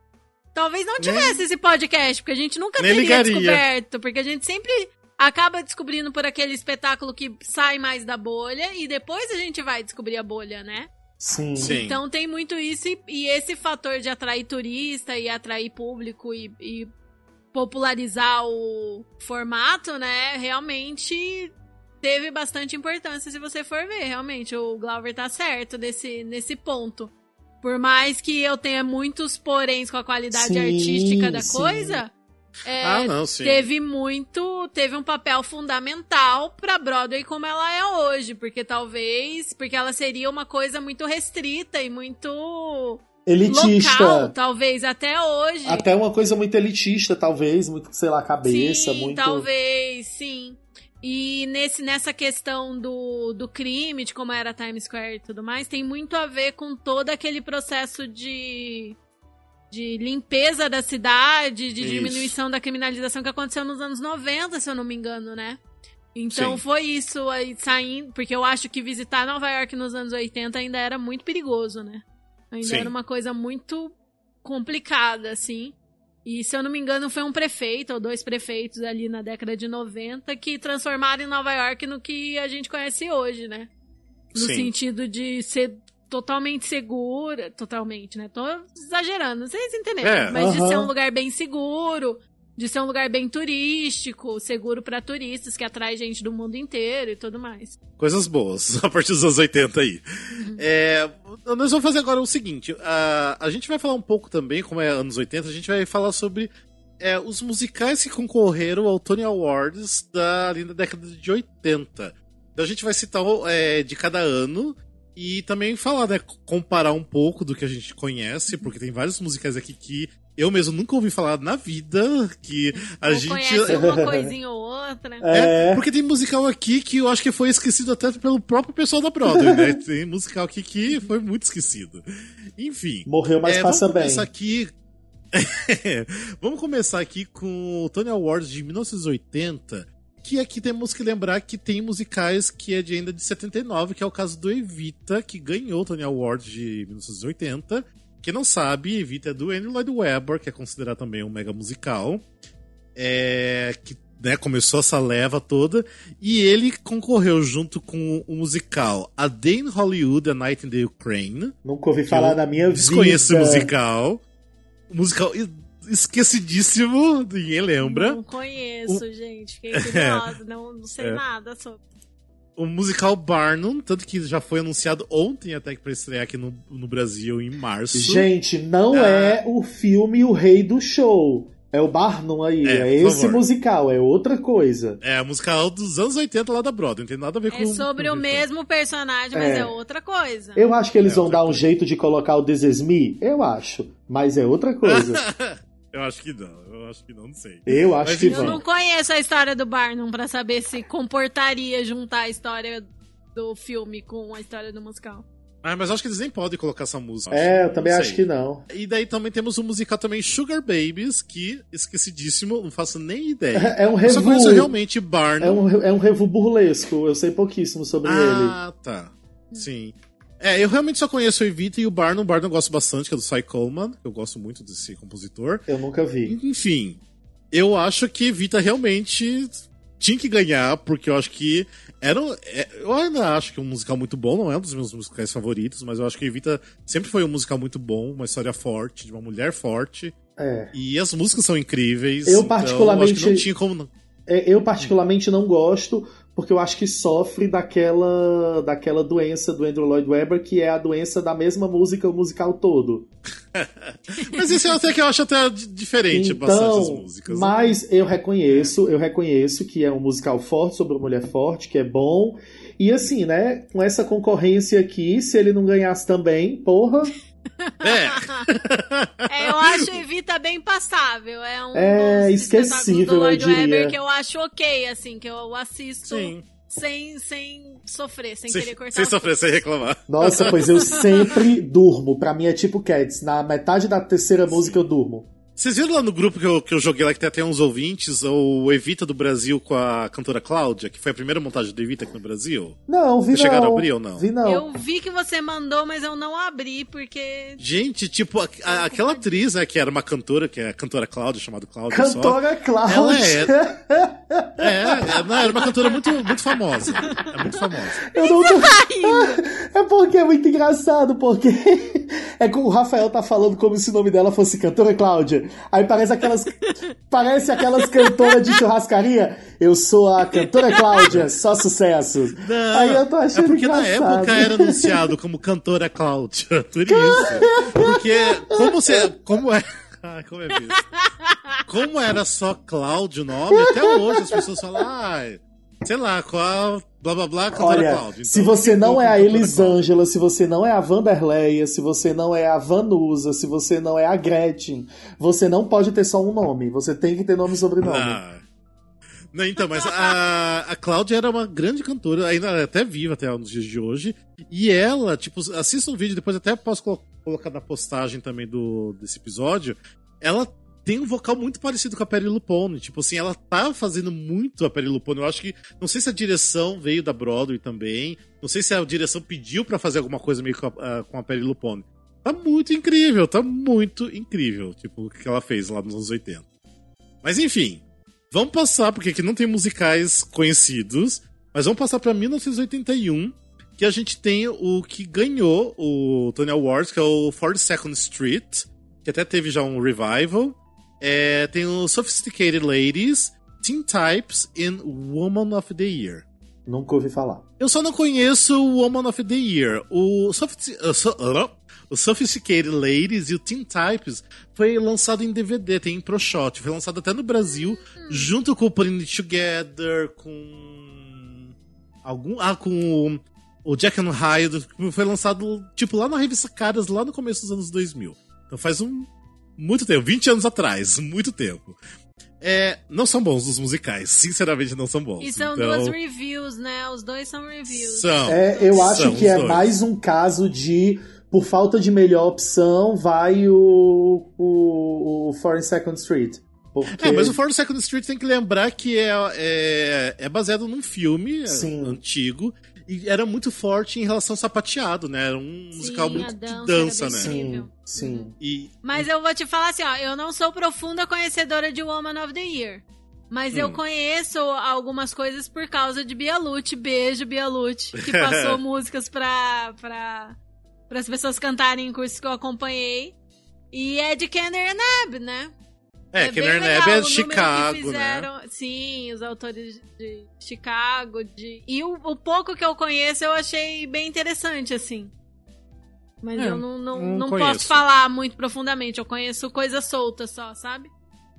talvez não tivesse Nem... esse podcast, porque a gente nunca Nem teria ligaria. descoberto, porque a gente sempre acaba descobrindo por aquele espetáculo que sai mais da bolha e depois a gente vai descobrir a bolha, né? Sim. Sim. Então tem muito isso e, e esse fator de atrair turista e atrair público e... e popularizar o formato, né, realmente teve bastante importância se você for ver, realmente, o Glauber tá certo nesse, nesse ponto. Por mais que eu tenha muitos poréns com a qualidade sim, artística da sim. coisa, é, ah, não, sim. teve muito, teve um papel fundamental pra Broadway como ela é hoje, porque talvez, porque ela seria uma coisa muito restrita e muito... elitista. Local, talvez, até hoje. Até uma coisa muito elitista, talvez, muito, sei lá, cabeça, sim, muito... talvez, sim. E nesse, nessa questão do, do crime, de como era Times Square e tudo mais, tem muito a ver com todo aquele processo de, de limpeza da cidade, de isso. diminuição da criminalização que aconteceu nos anos noventa, se eu não me engano, né? Então sim. foi isso aí saindo, porque eu acho que visitar Nova York nos anos oitenta ainda era muito perigoso, né? Ainda Sim. era uma coisa muito complicada, assim. E, se eu não me engano, foi um prefeito ou dois prefeitos ali na década de noventa que transformaram Nova York no que a gente conhece hoje, né? No Sim. sentido de ser totalmente segura. Totalmente, né? Tô exagerando, vocês entenderam. É, Mas uh-huh. de ser um lugar bem seguro, de ser um lugar bem turístico, seguro pra turistas, que atrai gente do mundo inteiro e tudo mais. Coisas boas, a partir dos anos oitenta aí. Uhum. É, nós vamos fazer agora o seguinte, a, a gente vai falar um pouco também, como é anos oitenta, a gente vai falar sobre é, os musicais que concorreram ao Tony Awards da, ali na década de oitenta. Então a gente vai citar é, de cada ano e também falar, né, comparar um pouco do que a gente conhece, porque tem vários musicais aqui que eu mesmo nunca ouvi falar na vida, que a ou gente... conhece uma coisinha ou outra. É, porque tem musical aqui que eu acho que foi esquecido até pelo próprio pessoal da Broadway, né? Tem musical aqui que foi muito esquecido. Enfim. Morreu, mas é, passa vamos bem. Começar aqui... vamos começar aqui com o Tony Awards de mil novecentos e oitenta, que aqui temos que lembrar que tem musicais que é de ainda de setenta e nove, que é o caso do Evita, que ganhou o Tony Awards de mil novecentos e oitenta. Quem não sabe, Evita é do Andrew Lloyd Webber, que é considerado também um mega musical, é, que né, começou essa leva toda, e ele concorreu junto com o musical A Day in Hollywood, A Night in the Ukraine. Nunca ouvi falar na minha vida. Desconheço o musical. O musical esquecidíssimo, ninguém lembra. Não conheço, o... gente, fiquei curiosa, não, não sei é. nada sobre. O musical Barnum, tanto que já foi anunciado ontem até que pra estrear aqui no, no Brasil em março. Gente, não ah. é o filme O Rei do Show. É o Barnum aí, é, é esse favor. musical, é outra coisa. É, o musical dos anos oitenta lá da Broadway, não tem nada a ver é com... É sobre com o mesmo personagem, mas é, é outra coisa. Eu acho que eles é vão dar um coisa. jeito de colocar o This Is Me, eu acho, mas é outra coisa. Eu acho que não, eu acho que não, não sei. Eu acho mas, que eu vão. Eu não conheço a história do Barnum pra saber se comportaria juntar a história do filme com a história do musical. Ah, mas eu acho que eles nem podem colocar essa música. É, eu também acho que não. E daí também temos o musical também Sugar Babies, que, esquecidíssimo, não faço nem ideia. É um revu. Eu só conheço realmente Barnum. É um, é um revu burlesco, eu sei pouquíssimo sobre ah, ele. Ah, tá. Sim. É, eu realmente só conheço o Evita e o Barnum. O Barnum eu gosto bastante, que é do Cy Coleman. Eu gosto muito desse compositor. Eu nunca vi. Enfim, eu acho que Evita realmente tinha que ganhar, porque eu acho que era, eu ainda acho que é um musical muito bom, não é um dos meus musicais favoritos, mas eu acho que Evita sempre foi um musical muito bom, uma história forte, de uma mulher forte. É. E as músicas são incríveis. Eu particularmente então, eu acho que não tinha como não. Eu particularmente não gosto, porque eu acho que sofre daquela, daquela doença do Andrew Lloyd Webber, que é a doença da mesma música, o musical todo. Mas isso é até que eu acho até diferente, então, bastante as músicas. Mas né? eu reconheço, eu reconheço que é um musical forte sobre uma mulher forte, que é bom. E assim, né, com essa concorrência aqui, se ele não ganhasse também, porra... É. é, eu acho Evita bem passável. É um é esquecível, do Lloyd eu diria. Webber que eu acho ok, assim, que eu assisto Sim. sem, sem sofrer, sem, sem querer cortar. Sem sofrer, sem reclamar. Nossa, pois eu sempre durmo. Pra mim é tipo Cats. Na metade da terceira música eu durmo. Vocês viram lá no grupo que eu, que eu joguei lá, que tem até uns ouvintes, o Evita do Brasil com a cantora Cláudia, que foi a primeira montagem do Evita aqui no Brasil? Não, vi Vocês não. chegaram a abrir ou não? Vi não. Eu vi que você mandou, mas eu não abri, porque... Gente, tipo, a, a, aquela atriz, né, que era uma cantora, que é a cantora Cláudia, chamada Cláudia Cantora só, Cláudia. Ela é... é, é, não, era uma cantora muito, muito famosa. É muito famosa. Eu não tô... É porque é muito engraçado, porque é como o Rafael tá falando como se o nome dela fosse Cantora Cláudia. Aí parece aquelas parece aquelas cantoras de churrascaria. Eu sou a Cantora Cláudia, só sucessos. Não, aí eu tô achando é porque engraçado. na época era anunciado como Cantora Cláudia. Por isso. Porque como você... Como é... Ah, como é mesmo? Como era só Cláudio o nome, até hoje as pessoas falam, ah, sei lá, qual, blá blá blá, cantora Olha, Cláudio. Então, se você não é a Cantora Elisângela, se você não é a Vanderleia, se você não é a Vanusa, se você não é a Gretchen, você não pode ter só um nome, você tem que ter nome e sobrenome. Não. Não, então, mas a, a Cláudia era uma grande cantora, ainda é até viva até nos dias de hoje, e ela, tipo, assista um vídeo, depois até posso colo- colocar na postagem também do, desse episódio, ela tem um vocal muito parecido com a Peri Lupone, tipo assim, ela tá fazendo muito a Peri Lupone, eu acho que, não sei se a direção veio da Broadway também, não sei se a direção pediu pra fazer alguma coisa meio com a, com a Peri Lupone. Tá muito incrível, tá muito incrível, tipo, o que ela fez lá nos anos oitenta. Mas enfim... Vamos passar, porque aqui não tem musicais conhecidos, mas vamos passar pra mil novecentos e oitenta e um, que a gente tem o que ganhou o Tony Awards, que é o forty-second Street, que até teve já um revival. É, tem o Sophisticated Ladies, Teen Types e Woman of the Year. Nunca ouvi falar. Eu só não conheço o Woman of the Year. O, Sophisti- uh, so- uh, o Sophisticated Ladies e o Teen Types foi lançado em D V D, tem em ProShot. Foi lançado até no Brasil, hum. junto com o Putting It Together, com... algum Ah, com o, o Jack and Hyde. Foi lançado, tipo, lá na revista Caras, lá no começo dos anos dois mil. Então faz um... muito tempo, vinte anos atrás, muito tempo. É, não são bons os musicais, sinceramente não são bons. E são então... duas reviews, né? Os dois são reviews. São. É, eu acho são que é dois. mais um caso de, por falta de melhor opção, vai o, o, o forty-second Street. Porque... É, mas o forty-second Street tem que lembrar que é, é, é baseado num filme Sim. antigo e era muito forte em relação ao sapateado, né? Era um Sim, musical muito dança de dança, era né? bem Sim, sim. E, Mas eu vou te falar assim, ó, eu não sou profunda conhecedora de Woman of the Year. Mas Hum. eu conheço algumas coisas por causa de Bialucci. Beijo, Bialucci, que passou músicas pra, pra, pras pessoas cantarem em cursos que eu acompanhei. E é de Kenner Neb, né? é, é Kenner bem Neb legal é o de número que Chicago, fizeram, né? Sim, os autores de Chicago. De... E o, o pouco que eu conheço eu achei bem interessante, assim. Mas É, eu não, não, não não conheço. posso falar muito profundamente. Eu conheço coisa solta só, sabe?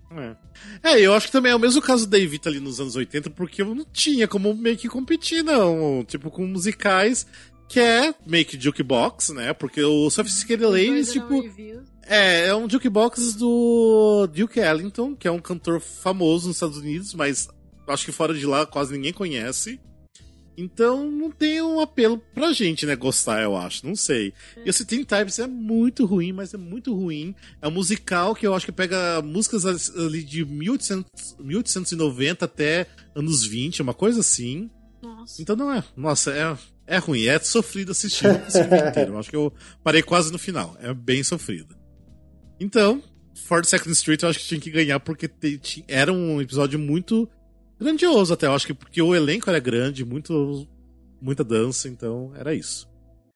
É. é, eu acho que também é o mesmo caso da Evita ali nos anos oitenta, porque eu não tinha como meio que competir, não. Tipo, com musicais que é meio que jukebox, né? Porque o Sophisticated Os Ladies, dois eram tipo... reviews. É, é um jukebox do Duke Ellington, que é um cantor famoso nos Estados Unidos, mas acho que fora de lá quase ninguém conhece. Então não tem um apelo pra gente, né, gostar, eu acho, não sei. E esse Teen Types é muito ruim, mas é muito ruim. É um musical que eu acho que pega músicas ali de mil oitocentos e noventa até anos vinte, uma coisa assim. Nossa. Então não é, nossa, é, é ruim, é sofrido assistir esse filme inteiro. Eu acho que eu parei quase no final, é bem sofrido. Então, forty-second Street eu acho que tinha que ganhar porque te, te, era um episódio muito grandioso até, eu acho que porque o elenco era grande, muito, muita dança, então era isso.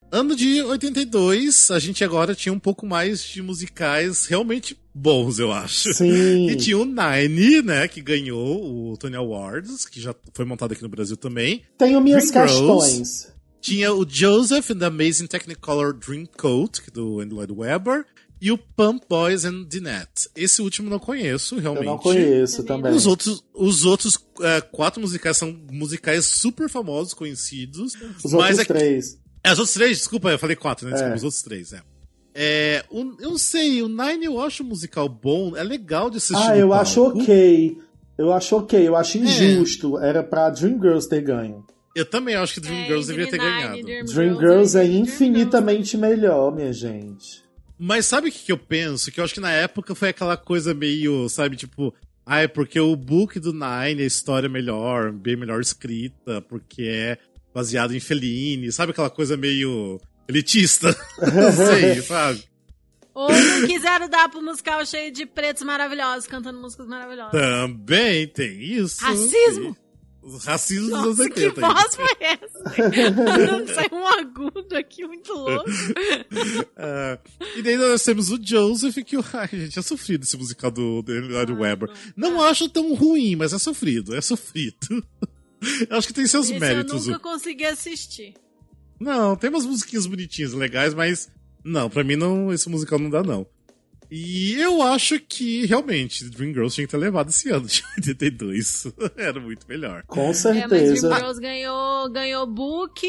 Ano de oitenta e dois, a gente agora tinha um pouco mais de musicais realmente bons, eu acho. Sim. E tinha o Nine, né, que ganhou o Tony Awards, que já foi montado aqui no Brasil também. Tenho minhas Dreamgirls. questões. Tinha o Joseph and the Amazing Technicolor Dreamcoat, do Andrew Lloyd Webber. E o Pump Boys and Dinette. Esse último eu não conheço, realmente. Eu não conheço também. também. Os outros, os outros uh, quatro musicais são musicais super famosos, conhecidos. Os mas outros é... três. É, os outros três, desculpa, eu falei quatro, né? Desculpa, É. os outros três, é. É, o, eu não sei, o Nine eu acho um musical bom, é legal de assistir. Ah, no eu palco. acho ok. Eu acho ok, eu acho injusto. Era pra Dreamgirls ter ganho. Eu também acho que Dreamgirls É, deveria ter Nine, ganhado. Dreamgirls, Dreamgirls é Dreamgirls. infinitamente melhor, minha gente. Mas sabe o que, que eu penso? Que eu acho que na época foi aquela coisa meio, sabe, tipo... Ah, é porque o book do Nine, a história é melhor, bem melhor escrita, porque é baseado em Fellini, sabe aquela coisa meio elitista? Não sei, sabe? Ou não quiseram dar pro musical cheio de pretos maravilhosos cantando músicas maravilhosas. Também tem isso. Racismo? Os racismos dos anos Nossa, que oitenta. aí. voz foi essa? Saiu um agudo aqui muito louco. Ah, e daí nós temos o Joseph, que ai, gente, é sofrido esse musical do Lloyd Ah, Webber. não. Não acho tão ruim, mas é sofrido, é sofrido. Eu acho que tem seus Esse méritos. eu nunca consegui assistir. Não, tem umas musiquinhas bonitinhas, legais, mas não, pra mim não, esse musical não dá, não. E eu acho que, realmente, Dreamgirls tinha que ter levado esse ano de oitenta e dois. Era muito melhor. Com É, mas certeza. Dreamgirls ganhou, ganhou book,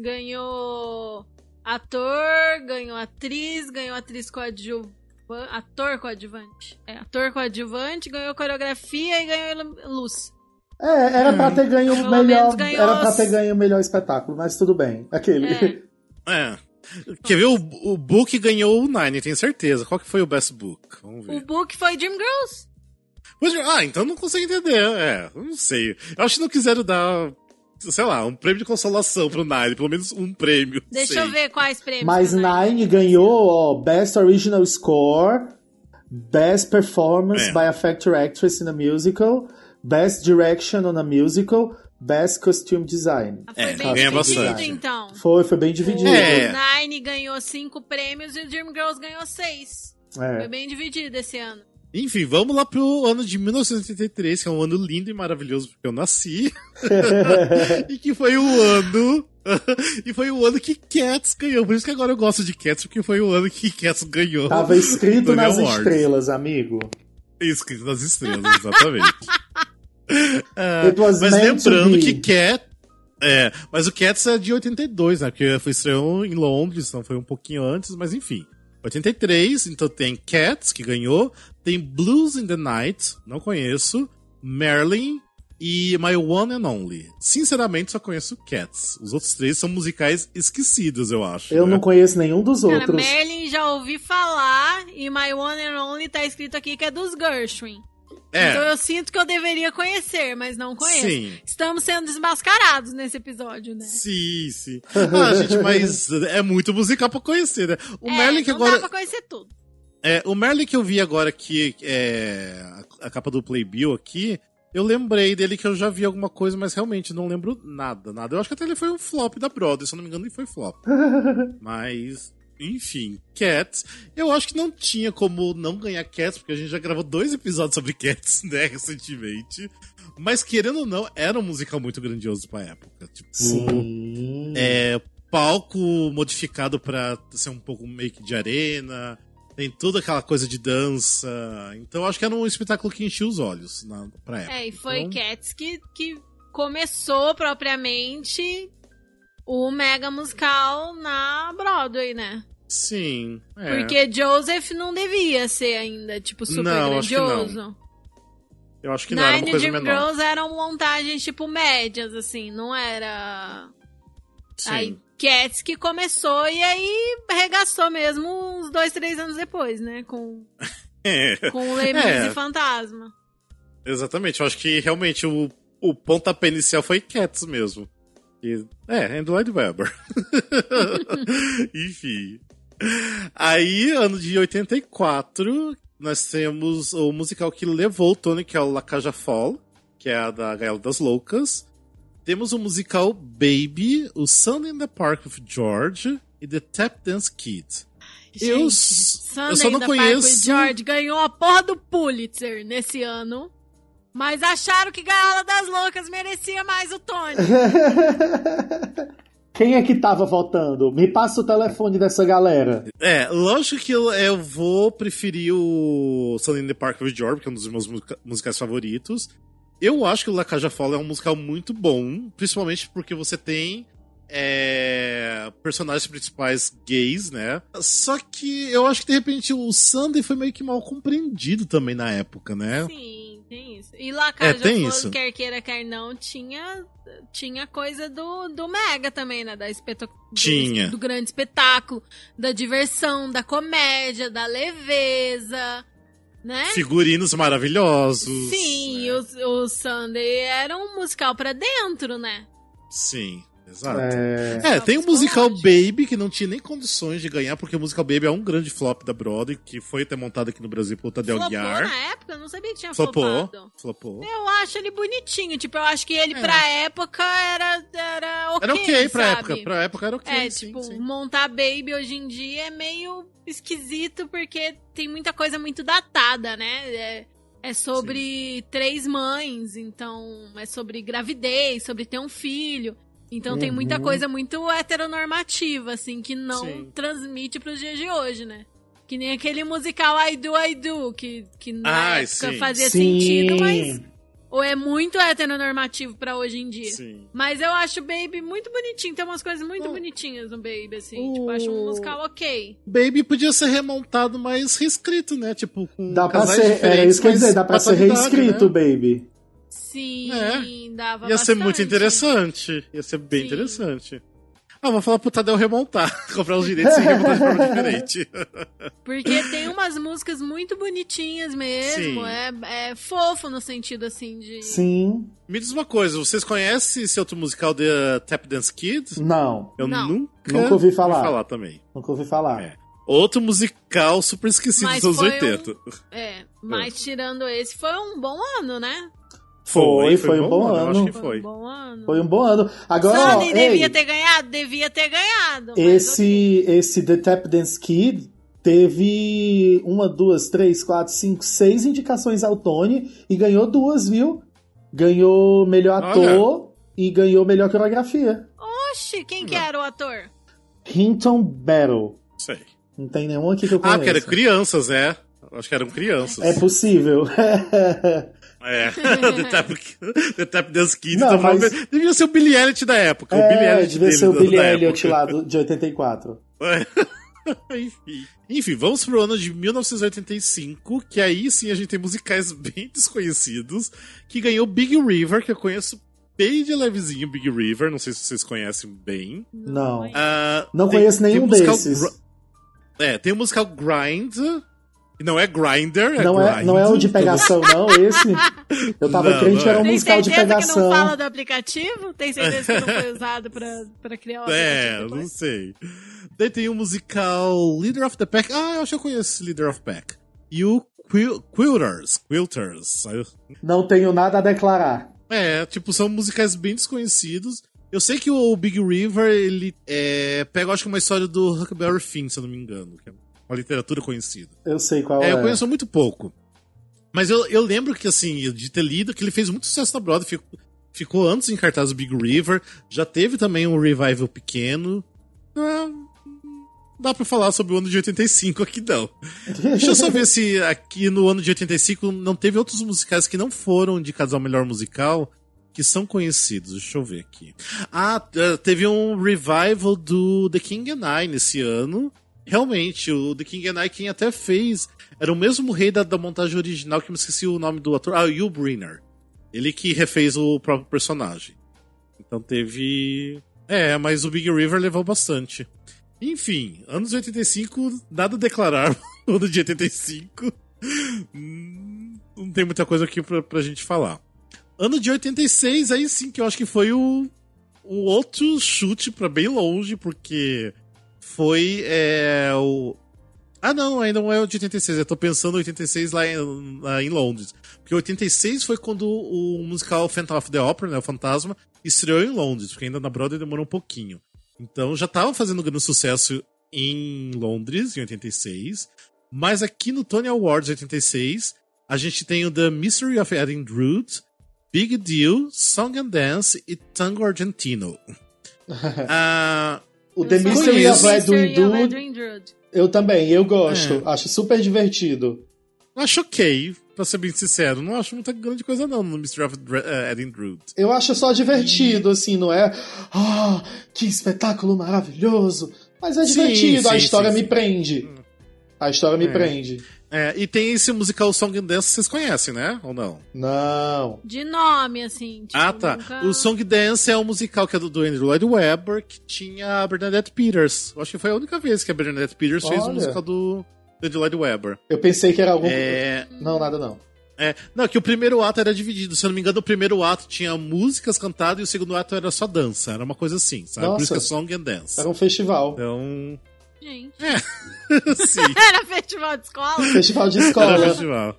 ganhou ator, ganhou atriz, ganhou atriz coadjuvante. Ator coadjuvante. É, ator coadjuvante, ganhou coreografia e ganhou luz. É, era pra ter ganho o Pelo melhor. menos ganhou Era pra os- ter ganho o melhor espetáculo, mas tudo bem. Aquele. É. É. Quer ver? O, o Book ganhou o Nine, tenho certeza. Qual que foi o Best Book? Vamos O ver. book foi Dreamgirls. Pois, ah, então não consigo entender. É, eu não sei. Eu acho que não quiseram dar, sei lá, um prêmio de consolação pro Nine. Pelo menos um prêmio. Deixa sei. eu ver quais prêmios. Mas que o Nine ganhou, ó, Best Original Score, Best Performance É. by a Factor Actress in a Musical, Best Direction on a Musical, Best Costume Design. Ah, foi É, bem ganha dividido, bastante. então. Foi, foi bem dividido. É. O Nine ganhou cinco prêmios e o Dreamgirls ganhou seis. Foi É. bem dividido esse ano. Enfim, vamos lá pro ano de mil novecentos e oitenta e três, que é um ano lindo e maravilhoso porque eu nasci. E que foi o ano... e foi o ano que Cats ganhou. Por isso que agora eu gosto de Cats, porque foi o ano que Cats ganhou. Tava escrito Tony nas Awards. estrelas, amigo. Escrito nas estrelas, exatamente. Ah, It was mas meant to lembrando be. que Cat... É, mas o Cats é de oitenta e dois, né? Porque foi estreou em Londres, então foi um pouquinho antes, mas enfim. oitenta e três, então tem Cats, que ganhou. Tem Blues in the Night, não conheço. Merlin e My One and Only. Sinceramente, só conheço Cats. Os outros três são musicais esquecidos, eu acho. Eu né? não conheço nenhum dos Cara, outros. Merlin já ouvi falar e My One and Only tá escrito aqui que é dos Gershwin. É. Então eu sinto que eu deveria conhecer, mas não conheço. Sim. Estamos sendo desmascarados nesse episódio, né? Sim, sim. Ah, gente, mas é muito musical pra conhecer, né? O é, Merlin que não agora... dá pra conhecer tudo. É, o Merlin que eu vi agora aqui, é, a, a capa do Playbill aqui, eu lembrei dele que eu já vi alguma coisa, mas realmente não lembro nada, nada. Eu acho que até ele foi um flop da Broadway, se eu não me engano ele foi flop. Mas, enfim, Cats. Eu acho que não tinha como não ganhar Cats, porque a gente já gravou dois episódios sobre Cats, né, recentemente. Mas, querendo ou não, era um musical muito grandioso pra época. Tipo, Sim. é, palco modificado pra ser um pouco meio que de arena, tem toda aquela coisa de dança. Então eu acho que era um espetáculo que enchia os olhos na, pra época. É, e foi Então, Cats que, que começou propriamente o mega musical na Broadway, né? Sim. É. Porque Joseph não devia ser ainda, tipo, super Não, acho que não. grandioso. Eu acho que não era uma Nine coisa Dream menor. Girls eram montagens, tipo, médias, assim, não era... Sim. Aí Cats que começou e aí arregaçou mesmo uns dois, três anos depois, né? Com, É. com o Lemis É. e Fantasma. Exatamente. Eu acho que realmente o, o pontapé inicial foi Cats mesmo. E, é, Andrew Lloyd Webber. Enfim. Aí, ano de oitenta e quatro, nós temos o musical que levou o Tony, que é o La Cage Fall, que é a da Gaiola das Loucas. Temos o musical Baby, o Sun in the Park with George, e The Tap Dance Kid. Gente, eu, Sunday eu só não da conheço... Parkway George ganhou a porra do Pulitzer nesse ano, mas acharam que Gaiola das Loucas merecia mais o Tony. Quem é que tava votando? Me passa o telefone dessa galera. É, lógico que eu, eu vou preferir o Sunday in the Park with George, que é um dos meus musica- musicais favoritos. Eu acho que o La Cage aux Folles é um musical muito bom, principalmente porque você tem é, personagens principais gays, né? Só que eu acho que, de repente, o Sunday foi meio que mal compreendido também na época, né? Sim, tem isso. E La Cage É, tem aux Folles, isso. quer queira, quer não, tinha, tinha coisa do, do Mega também, né? Da espeto... Tinha. Do, do grande espetáculo, da diversão, da comédia, da leveza, né? Figurinos maravilhosos. Sim, né? o, o Sunday era um musical pra dentro, né? Sim, exato. É... É, tem o musical psicológico. Baby, que não tinha nem condições de ganhar, porque o musical Baby é um grande flop da Broadway, que foi até montado aqui no Brasil pelo Tadeu Flopou Aguiar. na época? Eu não sabia que tinha Flopou, flopado. flopou. Eu acho ele bonitinho, tipo, eu acho que ele É. pra época era, era ok, Era ok pra sabe? época, pra época era ok, É, sim, tipo, sim. montar Baby hoje em dia é meio esquisito, porque tem muita coisa muito datada, né? É, é sobre três mães, então é sobre gravidez, sobre ter um filho. Então tem muita Uhum. coisa muito heteronormativa, assim, que não Sim. transmite pros dias de hoje, né? Que nem aquele musical I Do, I Do, que, que na Ai, época sim. fazia Sim. sentido, mas ou é muito heteronormativo pra hoje em dia. Sim. Mas eu acho o Baby muito bonitinho, tem umas coisas muito bonitinhas no Baby, assim. O- Tipo, acho um musical ok. Baby podia ser remontado, mas reescrito, né? Tipo, com Dá pra casais ser, diferentes, é isso que eu ia mas dizer, dá pra ser atualidade, reescrito, né? Baby. Sim, É. dava Ia ser muito bastante. interessante. Ia ser bem Sim. interessante. Ah, vou falar pro Tadeu remontar. Comprar os direitos e remontar de forma diferente. Porque tem umas músicas muito bonitinhas mesmo. Sim. É, é fofo no sentido, assim, de... Sim. Me diz uma coisa, vocês conhecem esse outro musical The Tap Dance Kid? Não. Eu Não. nunca, Nunca ouvi falar. ouvi falar também. Nunca ouvi falar. É. Outro musical super esquecido Mas dos anos foi um- oitenta. É, mas tirando esse, foi um bom ano, né? Foi, foi um bom Eu ano. acho que Foi foi. um bom ano. Foi um bom ano. Agora, ó, Sunny devia ei, ter ganhado? Devia ter ganhado. mas esse, esse The Tap Dance Kid teve uma, duas, três, quatro, cinco, seis indicações ao Tony e ganhou duas, viu? Ganhou melhor ator e ganhou melhor coreografia. Oxi, quem que era o ator? Hinton Battle. Sei. Não tem nenhum aqui que eu Ah, conheço. porque eram crianças, é. Acho que eram crianças. É possível. É. The, Tap, The Tap Dance Kid. Não, então, mas- devia ser o Billy Elliot da época. o Billy É, Elliot devia dele ser o da- Billy da Elliot época. lá do, de oitenta e quatro. Enfim. Enfim, vamos pro ano de mil novecentos e oitenta e cinco, que aí sim a gente tem musicais bem desconhecidos, que ganhou Big River, que eu conheço bem de levezinho, Big River, não sei se vocês conhecem bem. Não. Ah, Não tem- conheço tem nenhum o musical desses. Gr- É, tem o musical Grind, que não é Grinder, é Não é, Grind. não é o de pegação, não, esse? Eu tava Não, crente não que era um é. Tem musical de certeza que pegação. não fala do aplicativo? Tem certeza que não foi usado pra, pra criar o É, aplicativo não depois? sei. Daí tem o musical Leader of the Pack. Ah, eu acho que eu conheço esse Leader of the Pack. E o Quil- Quilters. Quilters. Aí eu- Não tenho nada a declarar. É, tipo, são musicais bem desconhecidos. Eu sei que o Big River, ele é, pega, eu acho que uma história do Huckleberry Finn, se eu não me engano. Que é uma literatura conhecida. Eu sei qual É, é. eu conheço muito pouco. Mas eu, eu lembro que, assim, de ter lido que ele fez muito sucesso na Broadway. Ficou, ficou antes em cartaz do Big River. Já teve também um revival pequeno. Ah, dá pra falar sobre o ano de oitenta e cinco aqui, não. Deixa eu só ver se aqui no ano de oitenta e cinco não teve outros musicais que não foram indicados ao melhor musical que são conhecidos. Deixa eu ver aqui. Ah, teve um revival do The King and I nesse ano. Realmente, o The King and I, quem até fez, era o mesmo rei da, da montagem original, que eu me esqueci o nome do ator. Ah, o Yul Brynner. Ele que refez o próprio personagem. Então teve... É, mas o Big River levou bastante. Enfim, anos oitenta e cinco, nada a declarar. No ano de oitenta e cinco. Hum, não tem muita coisa aqui pra, pra gente falar. Ano de oitenta e seis, aí sim que eu acho que foi o, o outro chute pra bem longe, porque foi é, o... Ah, não, ainda não é o de oitenta e seis, eu tô pensando em oitenta e seis lá em, lá em Londres. Porque oitenta e seis foi quando o musical Phantom of the Opera, né, o Fantasma, estreou em Londres, porque ainda na Broadway demorou um pouquinho. Então já tava fazendo grande sucesso em Londres, em oitenta e seis. Mas aqui no Tony Awards oitenta e seis, a gente tem o The Mystery of Eddie Root, Big Deal, Song and Dance e Tango Argentino. ah, o The Mystery of Edwin Drood, Drood. Eu também, eu gosto. É. Acho super divertido. Acho ok, pra ser bem sincero. Não acho muita grande coisa não no Mystery of Eddie Drood. Eu acho só divertido, e... assim, não é... Ah, oh, que espetáculo maravilhoso! Mas é divertido, sim, sim, a história sim, me sim. prende. A história me é. prende. É, e tem esse musical Song and Dance, vocês conhecem, né? Ou não? Não. De nome, assim. Tipo, ah, tá. Nunca... O Song Dance é um musical que é do, do Andrew Lloyd Webber, que tinha a Bernadette Peters. Eu acho que foi a única vez que a Bernadette Peters Olha. fez um musical do, do Andrew Lloyd Webber. Eu pensei que era algum... É... Não, nada não. É, não, que o primeiro ato era dividido. Se eu não me engano, o primeiro ato tinha músicas cantadas e o segundo ato era só dança. Era uma coisa assim, sabe? Nossa. Por isso que é Song and Dance. Era um festival. Então... Gente. É. Sim. Era festival de escola? Festival de escola. Era festival.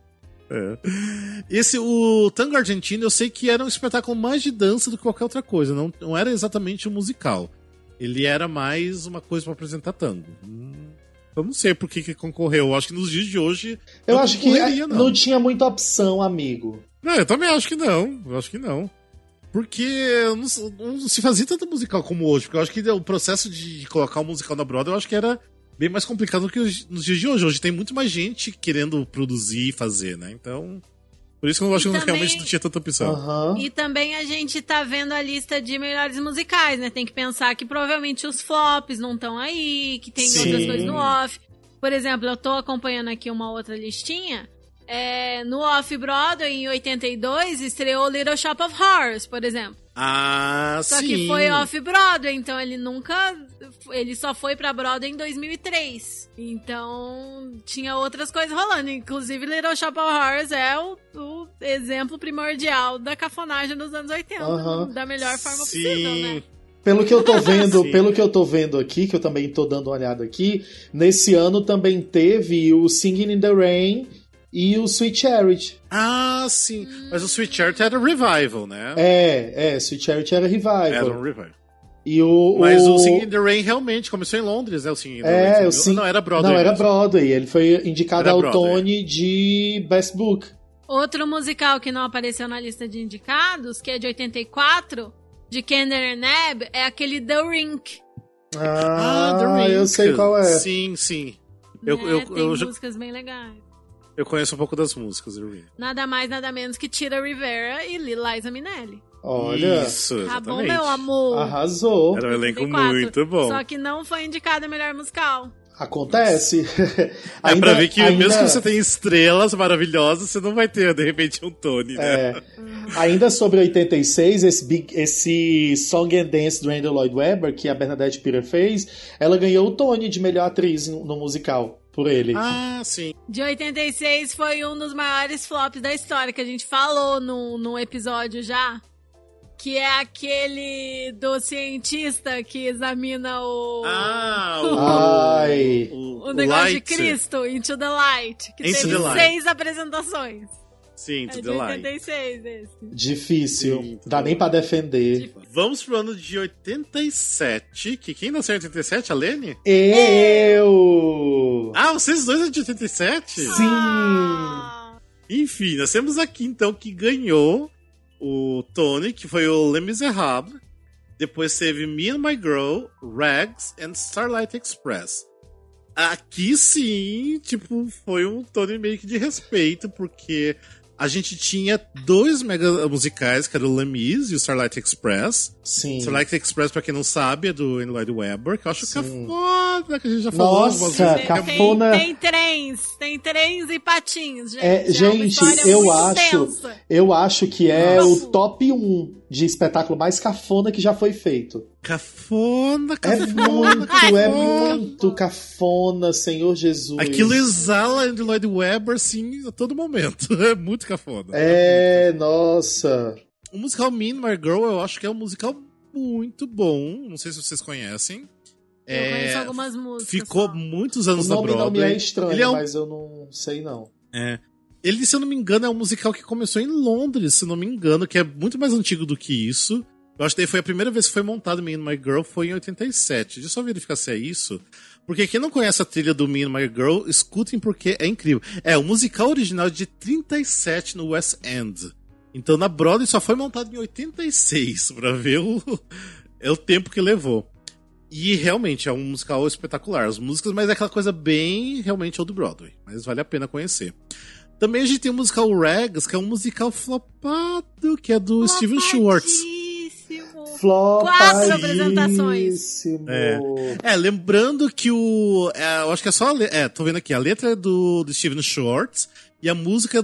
É. Esse, o Tango Argentino, eu sei que era um espetáculo mais de dança do que qualquer outra coisa. Não, não era exatamente um musical. Ele era mais uma coisa pra apresentar tango. Hum, eu não sei por que, que concorreu. Eu acho que nos dias de hoje. Eu acho que não. não tinha muita opção, amigo. Não, eu também acho que não. Eu acho que não. Porque não, não se fazia tanto musical como hoje. Porque eu acho que o processo de colocar um musical na Broadway, eu acho que era bem mais complicado do que nos dias de hoje. Hoje tem muito mais gente querendo produzir e fazer, né? Então, por isso que eu acho que também, realmente não tinha tanta opção. Uh-huh. E também a gente tá vendo a lista de melhores musicais, né? Tem que pensar que provavelmente os flops não estão aí, que tem Sim. outras coisas no off. Por exemplo, eu tô acompanhando aqui uma outra listinha. É, no Off-Broadway, em oitenta e dois, estreou Little Shop of Horrors, por exemplo. Ah, só sim. Só que foi Off-Broadway, então ele nunca... Ele só foi pra Broadway em dois mil e três. Então, tinha outras coisas rolando. Inclusive, Little Shop of Horrors é o, o exemplo primordial da cafonagem dos anos oitenta. Uh-huh. Da melhor forma sim. possível, né? Pelo que eu tô vendo, pelo que eu tô vendo aqui, que eu também tô dando uma olhada aqui, nesse ano também teve o Singing in the Rain e o Sweet Charity. Ah, sim. Mas o Sweet Charity era revival, né? É, é, Sweet Charity era revival. Era um revival. E o, Mas o... o Singing in the Rain realmente começou em Londres, né? O Singing in the é, Rain. O Sing... Não, era Broadway. Não, era mesmo. Broadway. Ele foi indicado era ao Broadway. Tony de Best Book. Outro musical que não apareceu na lista de indicados, que é de oitenta e quatro, de Kander and Ebb, é aquele The Rink. Ah, ah The Rink. Eu sei qual é. Sim, sim. Eu, né? eu, Tem eu, músicas eu... bem legais. Eu conheço um pouco das músicas do Rink. Nada mais, nada menos que Tita Rivera e Liza Minnelli. Olha. Isso, exatamente. Tá bom, meu amor. Arrasou. Era um elenco muito bom. Só que não foi indicado a melhor musical. Acontece. É ainda, pra ver que ainda... mesmo que você tenha estrelas maravilhosas, você não vai ter, de repente, um Tony, né? É. Ainda sobre oitenta e seis, esse, big, esse Song and Dance do Andrew Lloyd Webber, que a Bernadette Peters fez, ela ganhou o Tony de melhor atriz no, no musical, por ele. Ah, sim. De oitenta e seis foi um dos maiores flops da história, que a gente falou no, no episódio já. Que é aquele do cientista que examina o... Ah, o... Ai. o, o negócio light. De Cristo, Into the Light. Que Into teve the seis light. apresentações. Sim, Into é the Light. oitenta e seis esse. Difícil. Sim, dá nem pra defender. Difícil. Vamos pro ano de oitenta e sete. Que quem nasceu em oitenta e sete? A Lene? Eu! Ah, vocês dois são de oitenta e sete? Sim! Ah. Enfim, nós temos aqui então que ganhou o Tony, que foi o Les Miserables. Depois teve Me and My Girl, Rags and Starlight Express. Aqui sim, tipo, foi um Tony meio que de respeito, porque a gente tinha dois mega musicais, que era o Les Mis e o Starlight Express. Sim. Starlight Express, pra quem não sabe, é do Andrew Lloyd Webber, que eu acho cafona, que a gente já falou. Nossa, cafona. Tem, tem trens, tem trens e patins, gente. É, é gente, eu acho, tensa. eu acho que é Nossa. o top um de espetáculo mais cafona que já foi feito. Cafona, cafona. É muito, cafona. é muito cafona, Senhor Jesus. Aquilo exala Andrew Lloyd Webber, sim, a todo momento. É muito cafona. É, nossa. O musical Me and My Girl, eu acho que é um musical muito bom. Não sei se vocês conhecem. Eu é, conheço algumas músicas. Ficou só. muitos anos o na nome Broadway. não me é estranho, Ele é um... mas eu não sei não. É. Ele, se eu não me engano, é um musical que começou em Londres, se eu não me engano, que é muito mais antigo do que isso. Eu acho que daí foi a primeira vez que foi montado Me and My Girl, foi em oitenta e sete. Deixa eu só verificar se é isso. Porque quem não conhece a trilha do Me and My Girl, escutem porque é incrível. É, o musical original é de trinta e sete no West End. Então na Broadway só foi montado em oitenta e seis, pra ver o, é o tempo que levou. E realmente é um musical espetacular. As músicas, mas é aquela coisa bem realmente old Broadway. Mas vale a pena conhecer. Também a gente tem o musical Rags, que é um musical flopado, que é do Steven Schwartz. Quatro apresentações. É. é, lembrando que o... É, eu acho que é só... A, é, tô vendo aqui. A letra é do, do Steven Schwartz e a música é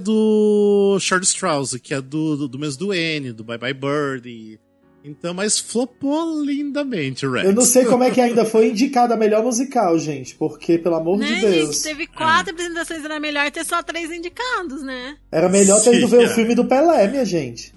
do Charles Strauss, que é do, do, do mesmo do N, do Bye Bye Birdie. Então, mas flopou lindamente, Rex. Eu não sei como é que ainda foi indicada a melhor musical, gente, porque, pelo amor né, de Deus... Gente, teve quatro é. apresentações, era melhor ter só três indicados, né? Era melhor ter ido ver é. o filme do Pelé, minha gente.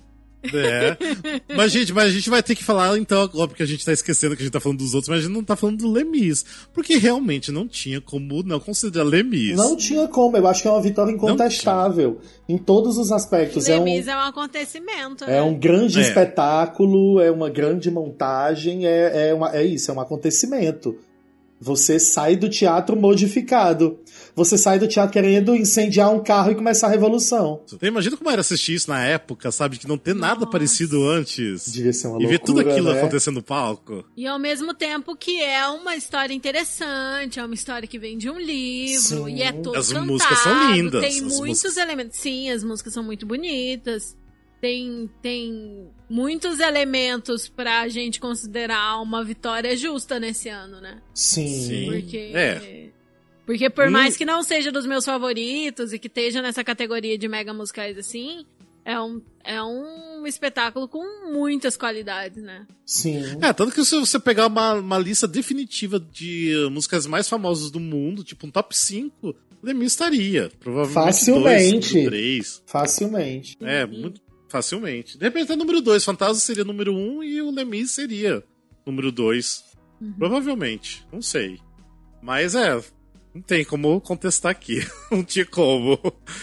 É. Mas, gente, mas a gente vai ter que falar, então, óbvio que a gente tá esquecendo que a gente tá falando dos outros, mas a gente não tá falando do Les Mis. Porque realmente não tinha como não considerar Les Mis. Não tinha como, eu acho que é uma vitória incontestável em todos os aspectos. Les é um, Mis é um acontecimento, É né? um grande é. espetáculo, é uma grande montagem, é, é, uma, é isso, é um acontecimento. Você sai do teatro modificado. Você sai do teatro querendo incendiar um carro e começar a revolução. Você imagina como era assistir isso na época, sabe? Que não ter nada Nossa. parecido antes. Devia ser uma e loucura, ver tudo aquilo né? acontecendo no palco. E ao mesmo tempo que é uma história interessante, é uma história que vem de um livro, Sim. e é todo As cantado, músicas são lindas. tem as muitos músicas... elementos. Sim, as músicas são muito bonitas. Tem, tem muitos elementos pra gente considerar uma vitória justa nesse ano, né? Sim. Sim. Porque, é. porque por hum. mais que não seja dos meus favoritos e que esteja nessa categoria de mega musicais assim, é um, é um espetáculo com muitas qualidades, né? Sim. É, tanto que se você pegar uma, uma lista definitiva de uh, músicas mais famosas do mundo, tipo um top cinco, o Les Mis estaria. Provavelmente Facilmente. dois, três. Facilmente. É, muito facilmente. De repente é número dois, Fantasma seria número um e o Les Mis seria número dois. Uhum. Provavelmente, não sei. Mas é, não tem como contestar aqui. Não tinha como.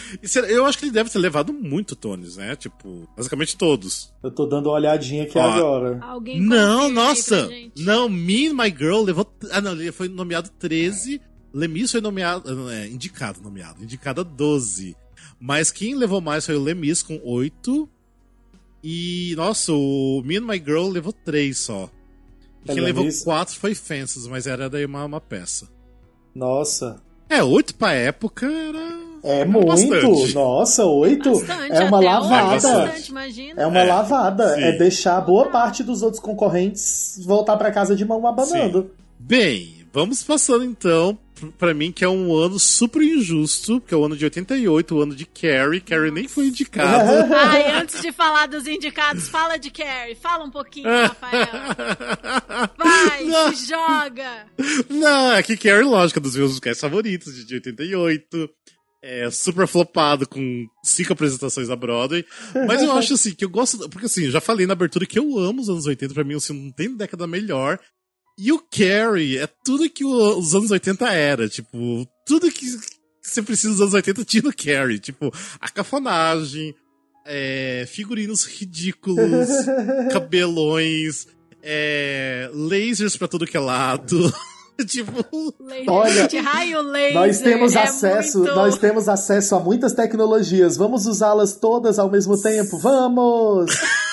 Eu acho que ele deve ter levado muito Tonys, né? Tipo, basicamente todos. Eu tô dando uma olhadinha aqui Ó, agora. Alguém não, nossa! Não, Me and My Girl levou... Ah, não, ele foi nomeado treze. Les Mis foi nomeado... É, indicado, nomeado. Indicado doze. Mas quem levou mais foi o Les Mis com oito. E, nossa, o Me and My Girl levou três só. E quem levou quatro foi Fences, mas era daí uma, uma peça. Nossa. É, oito pra época era... É era muito. Bastante. Nossa, oito Bastante, é uma até lavada. É, bastante, imagina. É uma É, lavada. sim. É deixar boa parte dos outros concorrentes voltar pra casa de mão abanando. Sim. Bem, vamos passando então... Pra mim, que é um ano super injusto, porque é o ano de oitenta e oito, o ano de Carrie. Carrie nem foi indicado. Ai, antes de falar dos indicados, fala de Carrie. Fala um pouquinho, Rafael. Vai, Não. se joga. Não, é que Carrie, lógico, é dos meus musicais favoritos, de oitenta e oito. É super flopado, com cinco apresentações da Broadway. Mas eu acho, assim, que eu gosto... Porque, assim, eu já falei na abertura que eu amo os anos oitenta. Pra mim, assim, não tem década melhor. E o Carrie é tudo que o, os anos oitenta era, tipo, tudo que você precisa dos anos oitenta tinha no Carrie, tipo, a cafonagem, é, figurinos ridículos, cabelões, é, lasers pra todo que é lado, tipo... Laser, Olha, de raio laser, Nós temos é acesso, muito... nós temos acesso a muitas tecnologias. Vamos usá-las todas ao mesmo tempo? Vamos!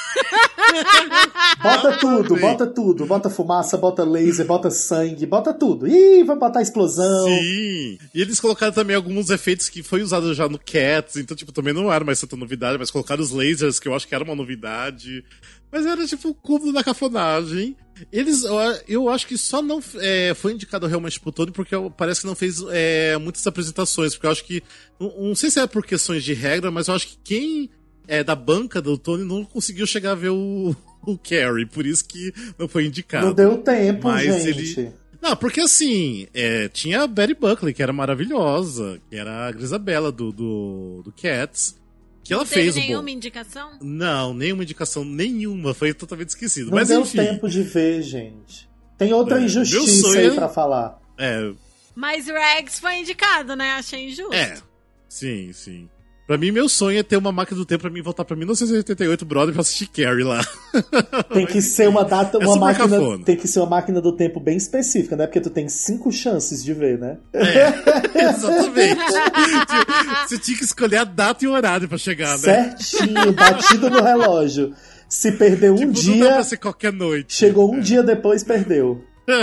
Bota tudo, bota tudo. Bota fumaça, bota laser, bota sangue, bota tudo. Ih, vai botar explosão. Sim. E eles colocaram também alguns efeitos que foi usado já no Cats, então, tipo, também não era mais tanta novidade, mas colocaram os lasers, que eu acho que era uma novidade. Mas era, tipo, o cúmulo da cafonagem. Eles, eu acho que só não é, foi indicado realmente pro Tony porque parece que não fez é, muitas apresentações, porque eu acho que, não, não sei se é por questões de regra, mas eu acho que quem é da banca do Tony não conseguiu chegar a ver o, o Carrie, por isso que não foi indicado. Não deu tempo, mas gente. Ele... Não, porque assim, é, tinha a Betty Buckley, que era maravilhosa, que era a Grisabella do, do, do Cats. Que ela não fez teve o nenhuma bom. indicação? Não, nenhuma indicação, nenhuma. Foi totalmente esquecido. Não Mas deu enfim. tempo de ver, gente. Tem outra É, injustiça meu sonho aí é- pra falar. É, Mas Rags foi indicado, né? Achei injusto. é. Sim, sim. Pra mim, meu sonho é ter uma máquina do tempo pra mim voltar pra mil novecentos e oitenta e oito, brother, pra assistir Carrie lá. Tem que ser uma data, uma é máquina, cafona. tem que ser uma máquina do tempo bem específica, né? Porque tu tem cinco chances de ver, né? É, exatamente. Você tinha que escolher a data e o horário pra chegar, né? Certinho, batido no relógio. Se perder um tipo, dia, não dá pra ser qualquer noite. chegou um é. dia depois, perdeu.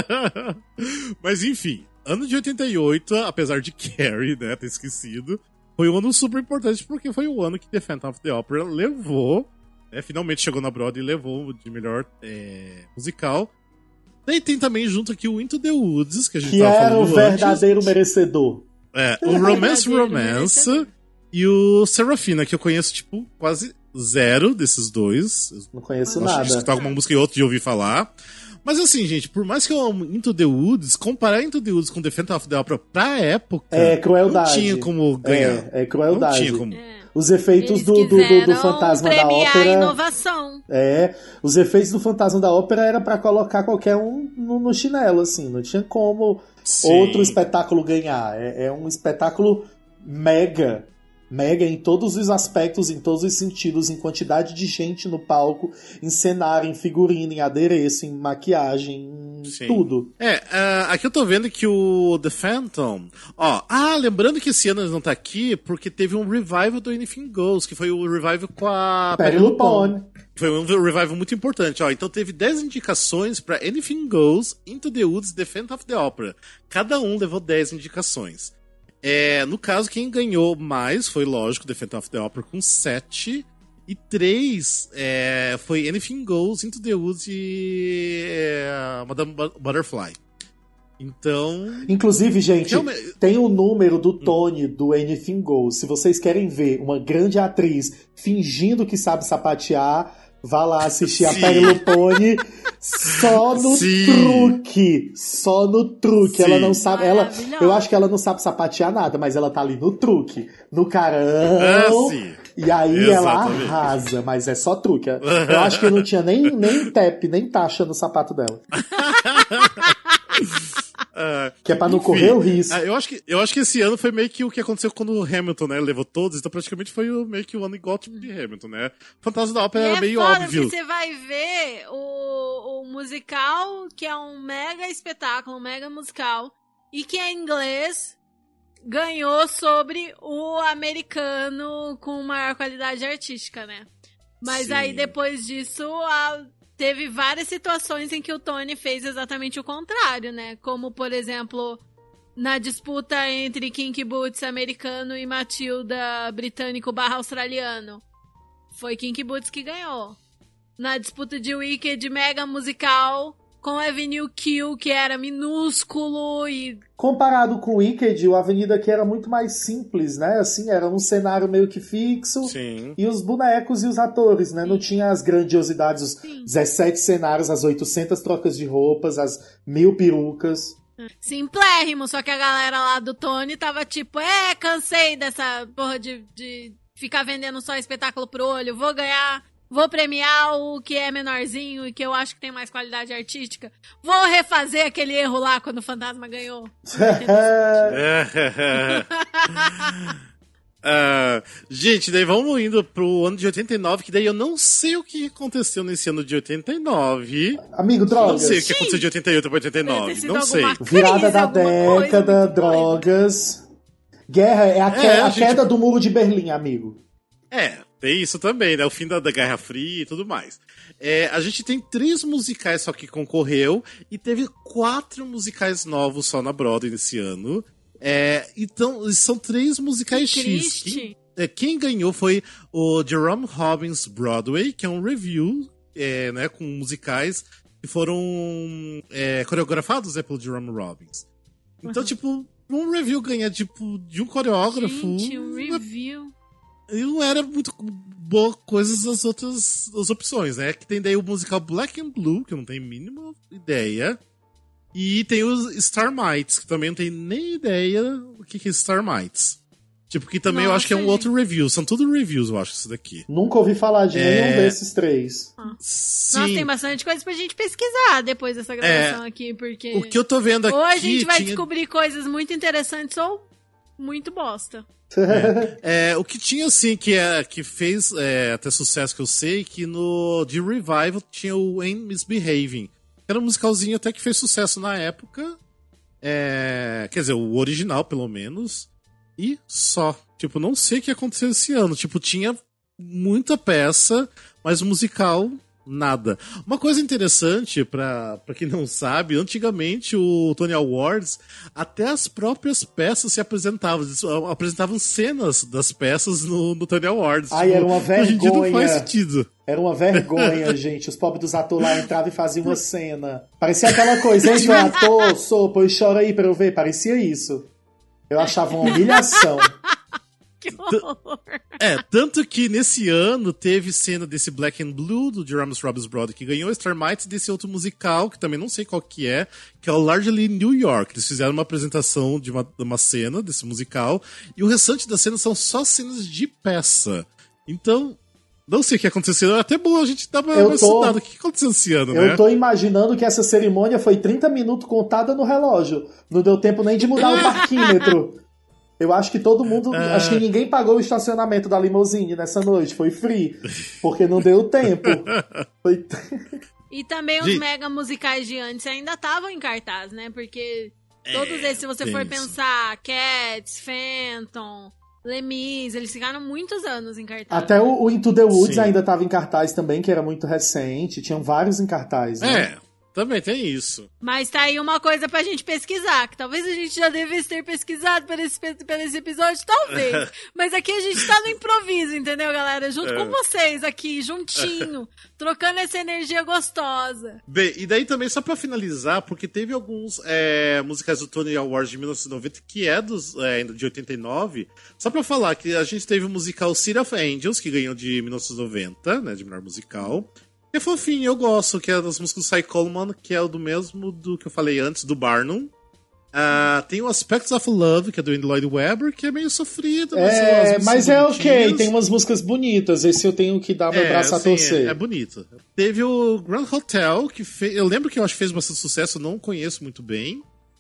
Mas enfim, ano de oitenta e oito, apesar de Carrie, né, ter esquecido, foi um ano super importante porque foi o ano que The Phantom of the Opera levou, né, finalmente chegou na Broadway e levou de melhor é, musical. Daí tem também junto aqui o Into the Woods, que a gente Que tava era falando o verdadeiro antes. merecedor. É, o Romance Verdadeiro Romance merecedor. e o Serafina, que eu conheço, tipo, quase zero desses dois. Não conheço Acho que nada. escutar alguma música e outra de ouvir falar. Mas assim, gente, por mais que eu amo Into the Woods, comparar Into the Woods com The Phantom of the Opera pra época, É crueldade. não tinha como ganhar. É, é crueldade. Não tinha como. É. Os efeitos Eles do, do, do, do quiseram Fantasma da premiar a Ópera. inovação. É, os efeitos do Fantasma da Ópera era pra colocar qualquer um no, no chinelo, assim. Não tinha como Sim. outro espetáculo ganhar. É, é um espetáculo mega. Mega em todos os aspectos, em todos os sentidos, em quantidade de gente no palco, em cenário, em figurino, em adereço, em maquiagem, em Sim. tudo. É, uh, aqui eu tô vendo que o The Phantom... Ó, ah, lembrando que esse ano ele não tá aqui porque teve um revival do Anything Goes, que foi o revival com a Patti Patti LuPone. LuPone. Foi um revival muito importante, ó. Então teve dez indicações pra Anything Goes, Into the Woods, The Phantom of the Opera. Cada um levou dez indicações. É, no caso, quem ganhou mais foi, lógico, The Phantom of the Opera com sete. E três é, foi Anything Goes, Into the Woods e é, Madame Butterfly. Então... Inclusive, gente, Realmente- tem o número do Tony do Anything Goes. Se vocês querem ver uma grande atriz fingindo que sabe sapatear, vá lá assistir a Sim. Patti LuPone só no Sim. truque. Só no truque. Sim. Ela não sabe. Ela, Maravilhosa. eu acho que ela não sabe sapatear nada, mas ela tá ali no truque. No carão. Ah, sim. E aí ela Exatamente. arrasa, mas é só truque. Eu acho que não tinha nem, nem tap, nem taxa no sapato dela. Ah, Que é pra não enfim, correr o risco. ah, eu, acho que, eu acho que esse ano foi meio que o que aconteceu quando o Hamilton, né, levou todos, então praticamente foi o, meio que o ano igual tipo de Hamilton, né? Fantasma da Ópera E era é meio foda, óbvio. porque você vai ver o, o musical, que é um mega espetáculo, um mega musical, e que é inglês, ganhou sobre o americano com maior qualidade artística, né? Mas Sim. aí depois disso, a- teve várias situações em que o Tony fez exatamente o contrário, né? Como, por exemplo, na disputa entre Kinky Boots americano e Matilda britânico barra australiano. Foi Kinky Boots que ganhou. Na disputa de Wicked mega musical com Avenue Q, que era minúsculo e... Comparado com o Wicked, o Avenida aqui era muito mais simples, né? Assim, era um cenário meio que fixo. Sim. E os bonecos e os atores, né? Não tinha as grandiosidades, os Sim. dezessete cenários, as oitocentas trocas de roupas, as mil perucas. Simplérrimo, só que a galera lá do Tony tava tipo, é, cansei dessa porra de, de ficar vendendo só espetáculo pro olho, vou ganhar, vou premiar o que é menorzinho e que eu acho que tem mais qualidade artística, vou refazer aquele erro lá quando o Fantasma ganhou. Ah, gente, daí vamos indo pro ano de oitenta e nove, que daí eu não sei o que aconteceu nesse ano de oitenta e nove. Amigo, Não drogas. sei o que aconteceu de oitenta e oito pra oitenta e Deve ter nove. sido Não sei. alguma Virada crise, da alguma coisa década, muito doida. drogas. Guerra, é a, que- É, a a gente- queda do muro de Berlim, amigo. É, tem isso também, né? O fim da, da Guerra Fria e tudo mais. É, a gente tem três musicais só que concorreu e teve quatro musicais novos só na Broadway nesse ano. É, então, são três musicais Que X. triste. Quem, é, quem ganhou foi o Jerome Robbins Broadway, que é um review, é, né, com musicais que foram é, coreografados, né, pelo Jerome Robbins. Então, Uhum. tipo, um review ganha, tipo, de um coreógrafo. Gente, um review. E não era muito boa coisas as outras as opções, né? Que tem daí o musical Black and Blue, que eu não tenho a mínima ideia. E tem os Star Mites, que também não tenho nem ideia o que que é Star Mites. Tipo, que também eu Nossa, acho que é um gente. outro review. São tudo reviews, eu acho, isso daqui. Nunca ouvi falar de É. nenhum desses três. Sim. Nossa, tem bastante coisa pra gente pesquisar depois dessa gravação aqui, porque... O que eu tô vendo aqui... Ou a gente vai tinha... descobrir coisas muito interessantes, ou muito bosta. É, é, o que tinha, assim, que, é, que fez é, até sucesso, que eu sei, que no The Revival tinha o Ain't Misbehaving. Era um musicalzinho até que fez sucesso na época. É, quer dizer, o original, pelo menos. E só. Tipo, não sei o que aconteceu esse ano. Tipo, tinha muita peça, mas o musical, nada. Uma coisa interessante, pra, pra quem não sabe, antigamente o Tony Awards, até as próprias peças se apresentavam. Eles apresentavam cenas das peças no, no Tony Awards. Ai, tipo, era uma vergonha. Hoje em dia não faz sentido. Era uma vergonha, gente. Os pobres dos atores lá entravam e faziam uma cena. Parecia aquela coisa, hein, ator, sou, pois chora aí pra eu ver. Parecia isso. Eu achava uma humilhação. Que horror. É, tanto que nesse ano teve cena desse Black and Blue, do Jeremy Robbins Brother, que ganhou Starmite, desse outro musical, que também não sei qual que é, que é o Largely New York. Eles fizeram uma apresentação de uma, de uma cena desse musical, e o restante das cenas são só cenas de peça. Então, não sei o que aconteceu. É até bom a gente dar uma estudada. O que aconteceu esse ano, eu né? Eu tô imaginando que essa cerimônia foi trinta minutos contada no relógio. Não deu tempo nem de mudar o parquímetro. Eu acho que todo mundo... Ah. Acho que ninguém pagou o estacionamento da limousine nessa noite. Foi free. Porque não deu tempo. Foi... E também os mega musicais de antes ainda estavam em cartaz, né? Porque todos é, esses, se você for isso. pensar, Cats, Phantom... Lemis, eles ficaram muitos anos em cartaz. Até o, o Into the Woods Sim. ainda estava em cartaz também, que era muito recente. Tinham vários em cartaz, né? É, também tem isso. Mas tá aí uma coisa pra gente pesquisar, que talvez a gente já devesse ter pesquisado por esse, por esse episódio, talvez. Mas aqui a gente tá no improviso, entendeu, galera? Junto é. com vocês aqui, juntinho, trocando essa energia gostosa. Bem, e daí também, só pra finalizar, porque teve alguns é, musicais do Tony Awards de mil novecentos e noventa, que é dos, é, de oitenta e nove, só pra falar que a gente teve o musical City of Angels, que ganhou de mil novecentos e noventa, né, de melhor musical. É fofinho, eu gosto, que é das músicas do Cy Coleman, que é o do mesmo do que eu falei antes, do Barnum. Uh, tem o Aspects of Love, que é do Andrew Lloyd Webber, que é meio sofrido. É, mas é ok, tem umas músicas bonitas, esse eu tenho que dar meu é, braço a sim, torcer. É, é bonito. Teve o Grand Hotel, que fez, eu lembro que eu acho que fez bastante sucesso, eu não conheço muito bem.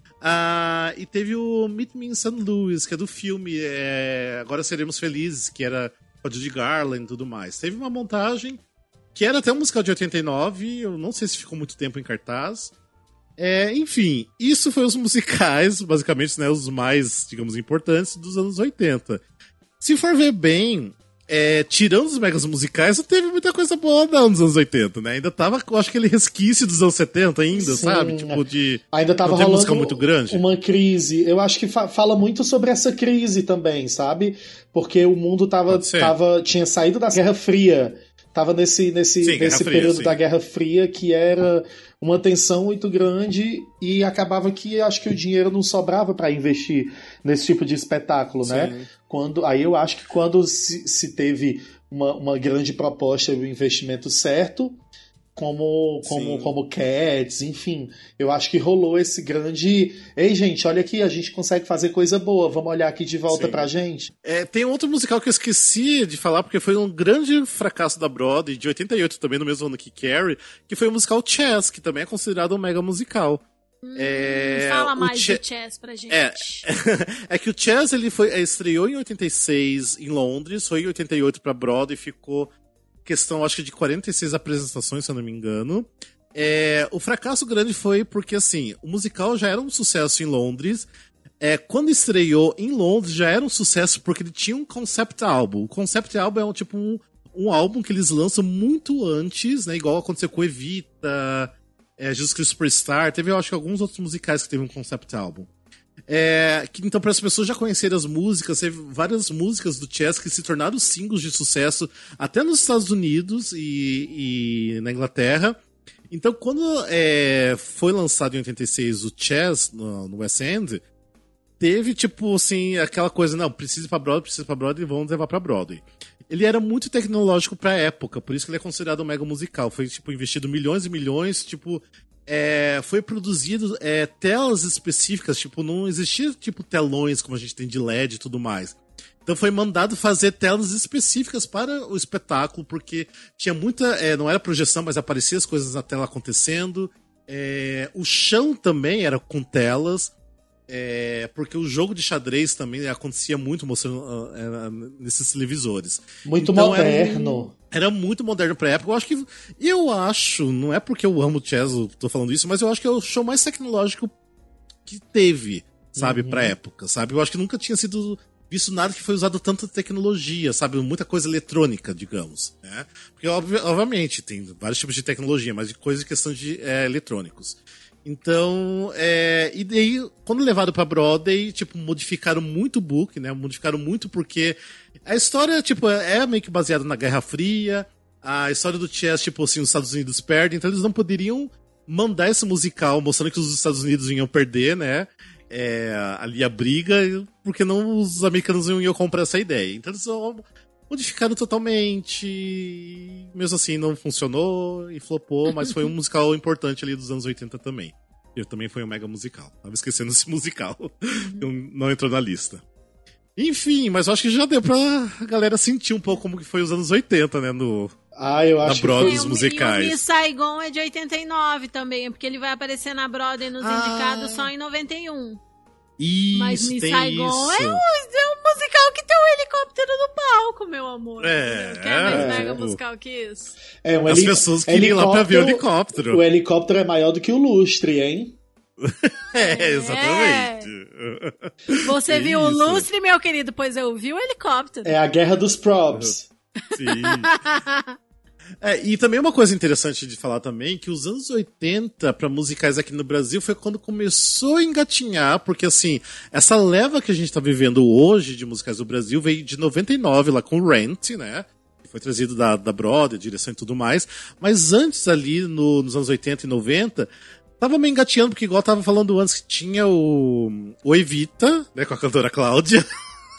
Uh, e teve o Meet Me in Saint Louis, que é do filme é, Agora Seremos Felizes, que era com a Judy Garland e tudo mais. Teve uma montagem que era até um musical de oitenta e nove, eu não sei se ficou muito tempo em cartaz. É, enfim, isso foi os musicais, basicamente, né, os mais, digamos, importantes dos anos oitenta. Se for ver bem, é, tirando os megas musicais, não teve muita coisa boa não nos anos oitenta, né? Ainda tava, eu acho que aquele resquício dos anos setenta ainda, Sim, sabe? Tipo, de ainda tava não ter rolando música muito grande. Uma crise. Eu acho que fa- fala muito sobre essa crise também, sabe? Porque o mundo tava, tava, tinha saído da Guerra Fria. Tava nesse, nesse, sim, nesse Fria, período sim. da Guerra Fria, que era uma tensão muito grande e acabava que acho que o dinheiro não sobrava para investir nesse tipo de espetáculo, sim. né? Quando, aí eu acho que quando se, se teve uma, uma grande proposta e o investimento certo, como, como, como Cats, enfim, eu acho que rolou esse grande... Ei, gente, olha aqui, a gente consegue fazer coisa boa, vamos olhar aqui de volta Sim. pra gente. É, tem outro musical que eu esqueci de falar, porque foi um grande fracasso da Broadway, de oitenta e oito também, no mesmo ano que Carrie, que foi o musical Chess, que também é considerado um mega musical. Hum, é, fala mais Ch- do Chess pra gente. É, é que o Chess, ele foi, estreou em oitenta e seis em Londres, foi em oitenta e oito pra Broadway e ficou... questão, acho que de quarenta e seis apresentações, se eu não me engano. É, o fracasso grande foi porque, assim, o musical já era um sucesso em Londres. É, quando estreou em Londres, já era um sucesso porque ele tinha um concept album. O concept album é um tipo um, um álbum que eles lançam muito antes, né? Igual aconteceu com Evita, é, Jesus Cristo Superstar. Teve, eu acho que alguns outros musicais que teve um concept album. É, que, então, para as pessoas já conhecerem as músicas, teve várias músicas do Chess que se tornaram singles de sucesso até nos Estados Unidos e, e na Inglaterra. Então, quando é, foi lançado em oitenta e seis o Chess no, no West End, teve, tipo, assim, aquela coisa, não, precisa ir pra Broadway, precisa ir pra Broadway, vamos levar pra Broadway. Ele era muito tecnológico pra época, por isso que ele é considerado um mega musical. Foi, tipo, investido milhões e milhões, tipo... É, foi produzido é, telas específicas, tipo, não existia tipo telões como a gente tem de L E D e tudo mais. Então foi mandado fazer telas específicas para o espetáculo, porque tinha muita, é, não era projeção, mas aparecia as coisas na tela acontecendo. É, o chão também era com telas. É, porque o jogo de xadrez também acontecia muito mostrando uh, uh, nesses televisores. Muito então, moderno. Era, era muito moderno pra época. Eu acho que. Eu acho, não é porque eu amo chess, eu tô falando isso, mas eu acho que é o show mais tecnológico que teve, sabe, uhum. pra época, sabe? Eu acho que nunca tinha sido visto nada que foi usado tanta tecnologia, sabe? Muita coisa eletrônica, digamos, né? Porque, obvi- obviamente, tem vários tipos de tecnologia, mas de coisas em questão de é, eletrônicos. Então, é, e daí, quando levado pra Broadway, tipo, modificaram muito o book, né? Modificaram muito porque a história, tipo, é meio que baseada na Guerra Fria, a história do chess, tipo assim, os Estados Unidos perdem, então eles não poderiam mandar esse musical mostrando que os Estados Unidos iam perder, né? É, ali a briga, porque não os americanos iam comprar essa ideia. Então eles modificaram totalmente, mesmo assim não funcionou e flopou, mas foi um musical importante ali dos anos oitenta também. E também foi um mega musical. Tava esquecendo esse musical, não entrou na lista. Enfim, mas eu acho que já deu pra galera sentir um pouco como que foi os anos oitenta, né, no... Ah, eu acho na Broadway que dos foi... musicais. E o Miss Saigon é de oitenta e nove também, porque ele vai aparecer na Broadway nos ah. indicados só em noventa e um. Isso, Mas Miss tem Saigon isso. É, um, é um musical que tem um helicóptero no palco, meu amor. É, Quer é, mais é, mega é, musical que isso? É, um As heli... pessoas queriam ir lá pra ver o helicóptero. O helicóptero é maior do que o lustre, hein? É, exatamente. É. Você é viu isso. o lustre, meu querido? Pois eu vi o helicóptero. É a guerra dos props. Sim. É, e também uma coisa interessante de falar também, que os anos oitenta para musicais aqui no Brasil foi quando começou a engatinhar, porque assim, essa leva que a gente tá vivendo hoje de musicais do Brasil veio de noventa e nove lá com o Rent, né? Que foi trazido da, da Broadway, direção e tudo mais. Mas antes ali, no, nos anos oitenta e noventa, tava meio engateando, porque igual eu tava falando antes, que tinha o, o Evita, né, com a cantora Cláudia.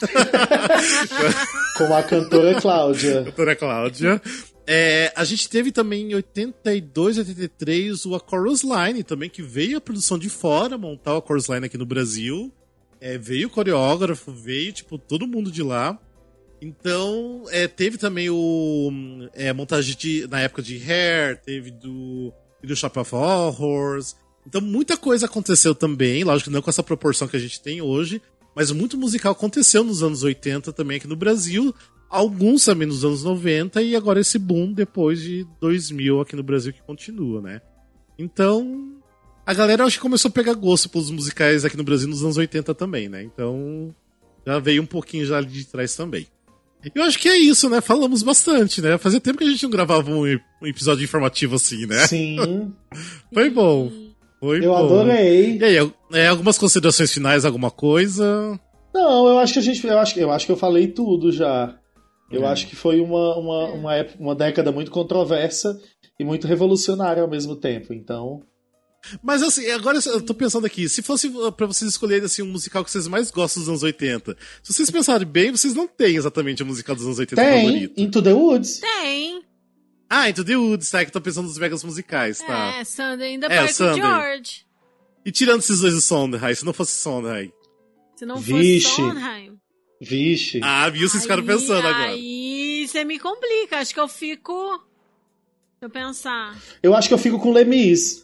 Com a cantora Cláudia. Cantora Cláudia. É, a gente teve também em oitenta e dois, oitenta e três o A Chorus Line também, que veio a produção de fora montar o A Chorus Line aqui no Brasil. É, veio o coreógrafo, veio tipo todo mundo de lá. Então, é, teve também o é, montagem de, na época de Hair, teve do, do Shop of Horrors. Então muita coisa aconteceu também, lógico que não com essa proporção que a gente tem hoje, mas muito musical aconteceu nos anos oitenta também aqui no Brasil. Alguns também nos anos noventa e agora esse boom depois de dois mil aqui no Brasil que continua, né? Então, a galera acho que começou a pegar gosto pelos musicais aqui no Brasil nos anos oitenta também, né? Então, já veio um pouquinho já ali de trás também. Eu acho que é isso, né? Falamos bastante, né? Fazia tempo que a gente não gravava um episódio informativo assim, né? Sim. Foi bom. Foi eu bom. adorei. E aí, é, algumas considerações finais, alguma coisa? Não, eu acho que a gente. Eu acho, eu acho que eu falei tudo já. Eu hum. acho que foi uma, uma, uma, época, uma década muito controversa e muito revolucionária ao mesmo tempo, então... Mas assim, agora eu tô pensando aqui, se fosse pra vocês escolherem assim, um musical que vocês mais gostam dos anos oitenta, se vocês pensarem bem, vocês não têm exatamente o musical dos anos oitenta Tem, favorito. Into the Woods. Tem. Ah, Into the Woods, tá? Que eu tô pensando nos megas musicais, tá? É, Sunday in the É, Park with Sunday. George. E tirando esses dois do Sondheim, se não fosse Sondheim. Se não Vixe. fosse Sondheim. Vixe. Ah, viu? Vocês ficaram pensando agora. Aí você me complica. Acho que eu fico... Deixa eu pensar. Eu acho que eu fico com Les Mis.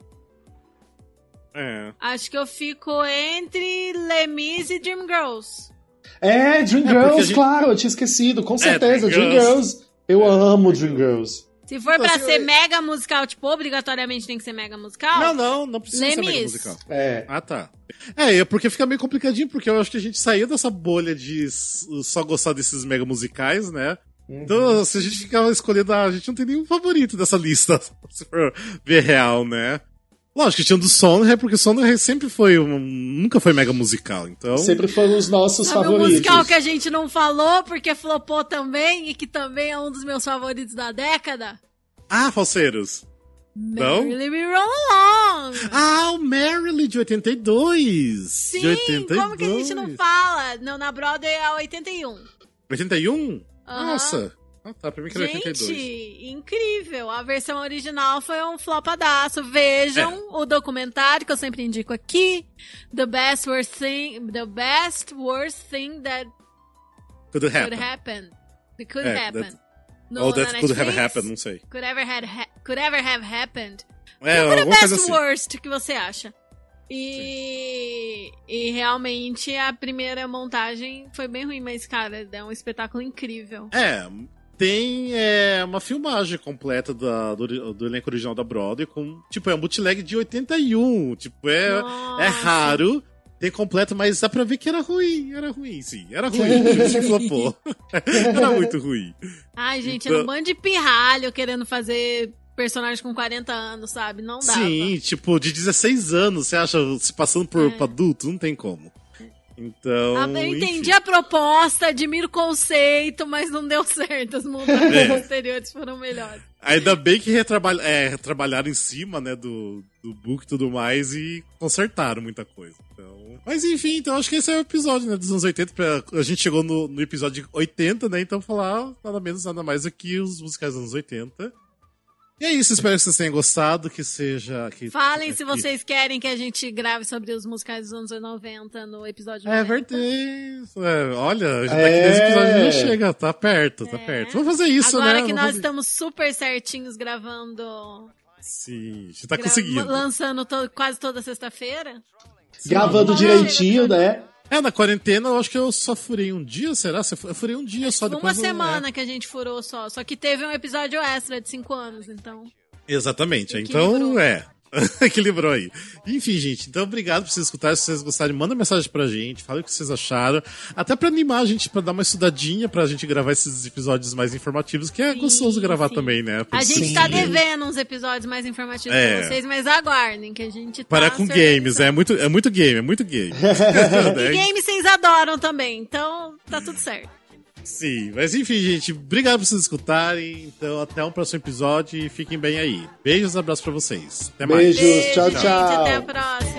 É. Acho que eu fico entre Les Mis e Dreamgirls. É, Dreamgirls, É, gente... claro, eu tinha esquecido, com certeza, é, Dreamgirls. Dreamgirls. Eu é. amo Dreamgirls. Se for não, pra se ser eu... mega musical, tipo, obrigatoriamente tem que ser mega musical? Não, não, não precisa Les ser mega Mis. musical. É. Ah, tá. É, é, porque fica meio complicadinho, porque eu acho que a gente saiu dessa bolha de só gostar desses mega musicais, né? Uhum. Então, se a gente ficava escolhendo, a gente não tem nenhum favorito dessa lista, se for ver real, né? Lógico que tinha um do Sondheim, porque o Sondheim sempre foi um, nunca foi mega musical, então... Sempre foram os nossos Sabe favoritos. um musical que a gente não falou, porque flopou também, e que também é um dos meus favoritos da década? Ah, falseiros. Não? Merrily We Roll Along. Ah, o Merrily de oitenta e dois. Sim, de oitenta e dois. como que a gente não fala? Não, na Broadway é oitenta e um. oitenta e um? Uhum. Nossa. Ah, tá, pra mim que era oitenta e dois. Gente, incrível. A versão original foi um flopadaço. Vejam é. o documentário que eu sempre indico aqui. The Best Worst Thing, the best worst thing that could happen. Could happen. That could é, happen. That... No, oh, that could have happened, não sei. Could ever, had ha could ever have happened. É, Qual é o alguma best coisa assim. worst que você acha? E, e realmente a primeira montagem foi bem ruim, mas, cara, é um espetáculo incrível. É, tem é, uma filmagem completa da, do, do elenco original da Broadway com, tipo, é um bootleg de oitenta e um, tipo, é, é raro. Tem completo, mas dá pra ver que era ruim. Era ruim, sim. Era ruim. Se flopou. Era muito ruim. Ai, gente, então... era um bando de pirralho querendo fazer personagem com quarenta anos, sabe? Não dá. Sim, tipo, de dezesseis anos, você acha se passando por é. adulto? Não tem como. Então. Ah, eu entendi enfim. a proposta, admiro o conceito, mas não deu certo. As montagens é. posteriores foram melhores. Ainda bem que retrabalha, é, trabalharam em cima, né, do, do book e tudo mais e consertaram muita coisa. Então... Mas enfim, então acho que esse é o episódio, né, dos anos oitenta. Pra... A gente chegou no, no episódio oitenta, né, então falar nada menos, nada mais do que os musicais dos anos oitenta. E é isso, espero que vocês tenham gostado, que seja... Que, Falem que, se vocês querem que a gente grave sobre os musicais dos anos noventa no episódio É noventa. verdade. É, olha, daqui é. dez episódios já chega, tá perto, é. tá perto. Vamos fazer isso, Agora né? Agora que Vamos nós fazer... estamos super certinhos gravando... Sim, a gente tá gra... conseguindo. Lançando to... quase toda sexta-feira. Gravando direitinho, né? É, na quarentena eu acho que eu só furei um dia, será? Eu furei um dia só depois. Uma semana é. que a gente furou só. Só que teve um episódio extra de cinco anos, então... Exatamente, Equilibrou. Então é. Equilibrou aí. Enfim, gente, então obrigado por vocês escutarem. Se vocês gostarem, manda mensagem pra gente, fala o que vocês acharam. Até pra animar a gente, pra dar uma estudadinha, pra gente gravar esses episódios mais informativos, que é sim, gostoso gravar sim. também, né? A gente sim. tá devendo uns episódios mais informativos é. pra vocês, mas aguardem, que a gente tá... Para com games, é muito, é muito game, é muito game. E games vocês adoram também, então tá tudo certo. Sim, mas enfim, gente, obrigado por vocês escutarem. Então, até um próximo episódio e fiquem bem aí. Beijos e abraços pra vocês. Até mais. Beijos, tchau, tchau. Gente, até a próxima.